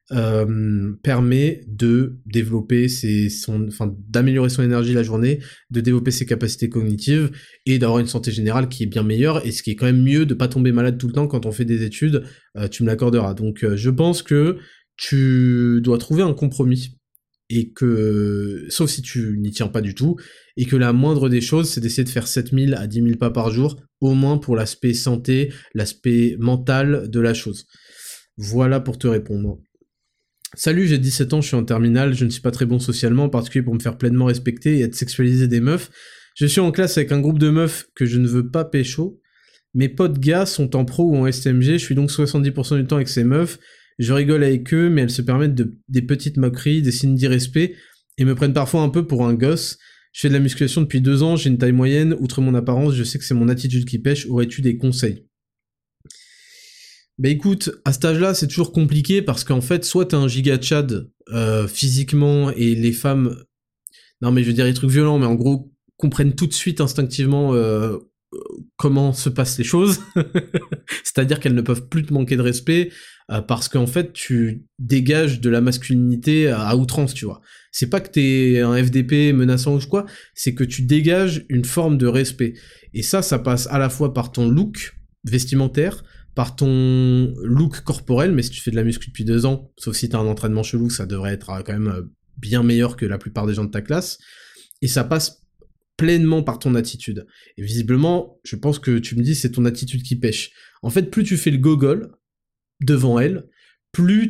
permet de développer d'améliorer son énergie la journée, de développer ses capacités cognitives et d'avoir une santé générale qui est bien meilleure, et ce qui est quand même mieux de pas tomber malade tout le temps quand on fait des études, tu me l'accorderas. Donc je pense que tu dois trouver un compromis, et que, sauf si tu n'y tiens pas du tout, et que la moindre des choses, c'est d'essayer de faire 7000 à 10 000 pas par jour, au moins pour l'aspect santé, l'aspect mental de la chose. Voilà pour te répondre. Salut, j'ai 17 ans, je suis en terminale, je ne suis pas très bon socialement, en particulier pour me faire pleinement respecter et être sexualisé des meufs. Je suis en classe avec un groupe de meufs que je ne veux pas pécho. Mes potes gars sont en pro ou en STMG, je suis donc 70% du temps avec ces meufs. Je rigole avec eux, mais elles se permettent des petites moqueries, des signes d'irrespect, et me prennent parfois un peu pour un gosse. Je fais de la musculation depuis 2 ans, j'ai une taille moyenne, outre mon apparence, je sais que c'est mon attitude qui pêche, aurais-tu des conseils ? Bah écoute, à cet âge-là, c'est toujours compliqué parce qu'en fait, soit t'es un giga tchad physiquement et les femmes, non mais je veux dire des trucs violents, mais en gros comprennent tout de suite instinctivement comment se passent les choses, c'est-à-dire qu'elles ne peuvent plus te manquer de respect parce qu'en fait tu dégages de la masculinité à outrance, tu vois. C'est pas que t'es un FDP menaçant ou quoi, c'est que tu dégages une forme de respect. Et ça passe à la fois par ton look vestimentaire, par ton look corporel, mais si tu fais de la muscu depuis 2 ans, sauf si t'as un entraînement chelou, ça devrait être quand même bien meilleur que la plupart des gens de ta classe, et ça passe pleinement par ton attitude. Et visiblement, je pense que tu me dis c'est ton attitude qui pêche. En fait, plus tu fais le gogol devant elle, plus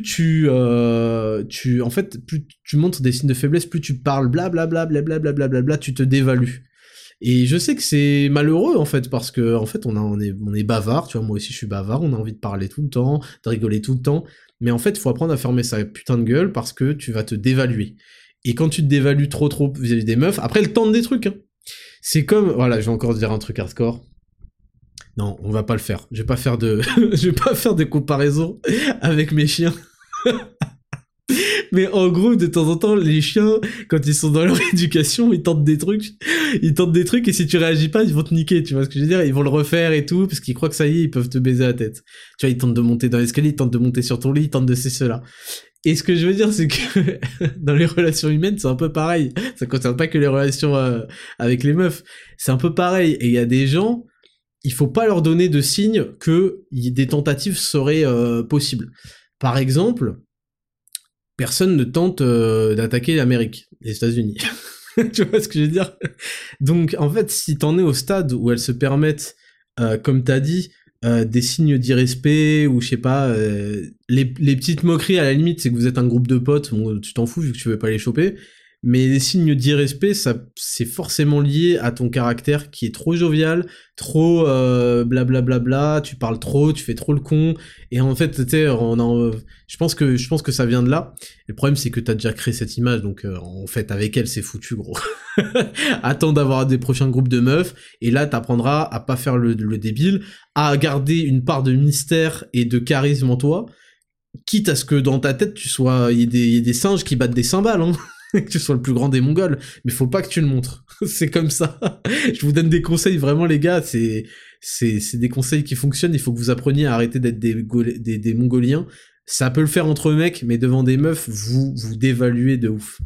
plus tu montres des signes de faiblesse, plus tu parles blablabla, blablabla, tu te dévalues. Et je sais que c'est malheureux en fait parce que en fait on est bavard, tu vois, moi aussi je suis bavard, on a envie de parler tout le temps, de rigoler tout le temps, mais en fait il faut apprendre à fermer sa putain de gueule parce que tu vas te dévaluer. Et quand tu te dévalues trop vis-à-vis des meufs, après elles tentent des trucs, hein. C'est comme, voilà, je vais encore dire un truc hardcore. Non, on va pas le faire. Je vais pas faire de comparaison avec mes chiens. Mais en gros, de temps en temps, les chiens, quand ils sont dans leur éducation, ils tentent des trucs, et si tu réagis pas, ils vont te niquer, tu vois ce que je veux dire? Ils vont le refaire et tout, parce qu'ils croient que ça y est, ils peuvent te baiser la tête. Tu vois, ils tentent de monter dans l'escalier, ils tentent de monter sur ton lit, ils tentent de cela. Et ce que je veux dire, c'est que dans les relations humaines, c'est un peu pareil. Ça concerne pas que les relations avec les meufs. C'est un peu pareil. Et il y a des gens, il faut pas leur donner de signes que des tentatives seraient possibles. Par exemple, personne ne tente d'attaquer l'Amérique, les États-Unis. Tu vois ce que je veux dire? Donc, en fait, si t'en es au stade où elles se permettent, comme t'as dit, des signes d'irrespect, ou je sais pas, les petites moqueries, à la limite, c'est que vous êtes un groupe de potes, bon, tu t'en fous vu que tu veux pas les choper, mais les signes d'irrespect, ça, c'est forcément lié à ton caractère qui est trop jovial, trop blablabla, tu parles trop, tu fais trop le con, et en fait, tu sais, je pense que ça vient de là. Et le problème, c'est que t'as déjà créé cette image, donc en fait, avec elle, c'est foutu, gros. Attends d'avoir des prochains groupes de meufs, et là, t'apprendras à pas faire le débile, à garder une part de mystère et de charisme en toi, quitte à ce que dans ta tête, il y ait des singes qui battent des cymbales, hein. Que tu sois le plus grand des Mongols, mais faut pas que tu le montres. C'est comme ça. Je vous donne des conseils, vraiment les gars, c'est des conseils qui fonctionnent, il faut que vous appreniez à arrêter d'être des Mongoliens. Ça peut le faire entre mecs, mais devant des meufs, vous dévaluez de ouf.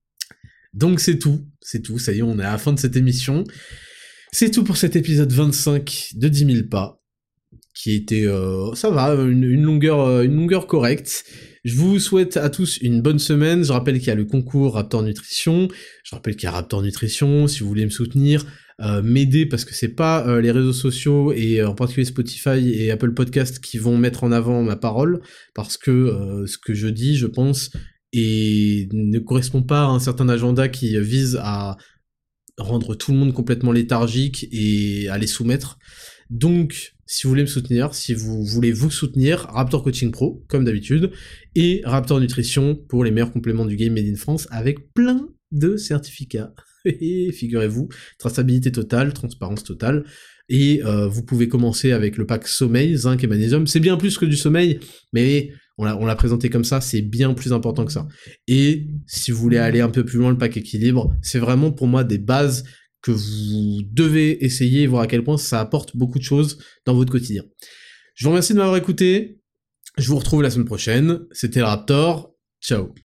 Donc c'est tout, ça y est, on est à la fin de cette émission. C'est tout pour cet épisode 25 de 10 000 pas, qui était, ça va, une longueur correcte. Je vous souhaite à tous une bonne semaine. Je rappelle qu'il y a le concours Raptor Nutrition. Je rappelle qu'il y a Raptor Nutrition. Si vous voulez me soutenir, m'aider, parce que c'est pas les réseaux sociaux et en particulier Spotify et Apple Podcast qui vont mettre en avant ma parole, parce que ce que je dis, je pense, et ne correspond pas à un certain agenda qui vise à rendre tout le monde complètement léthargique et à les soumettre. Donc, si vous voulez me soutenir, si vous voulez vous soutenir, Raptor Coaching Pro, comme d'habitude, et Raptor Nutrition pour les meilleurs compléments du game made in France, avec plein de certificats. Et figurez-vous, traçabilité totale, transparence totale, et vous pouvez commencer avec le pack sommeil, zinc et magnésium. C'est bien plus que du sommeil, mais on l'a présenté comme ça, c'est bien plus important que ça. Et si vous voulez aller un peu plus loin, le pack équilibre, c'est vraiment pour moi des bases que vous devez essayer et voir à quel point ça apporte beaucoup de choses dans votre quotidien. Je vous remercie de m'avoir écouté, je vous retrouve la semaine prochaine, c'était le Raptor, ciao.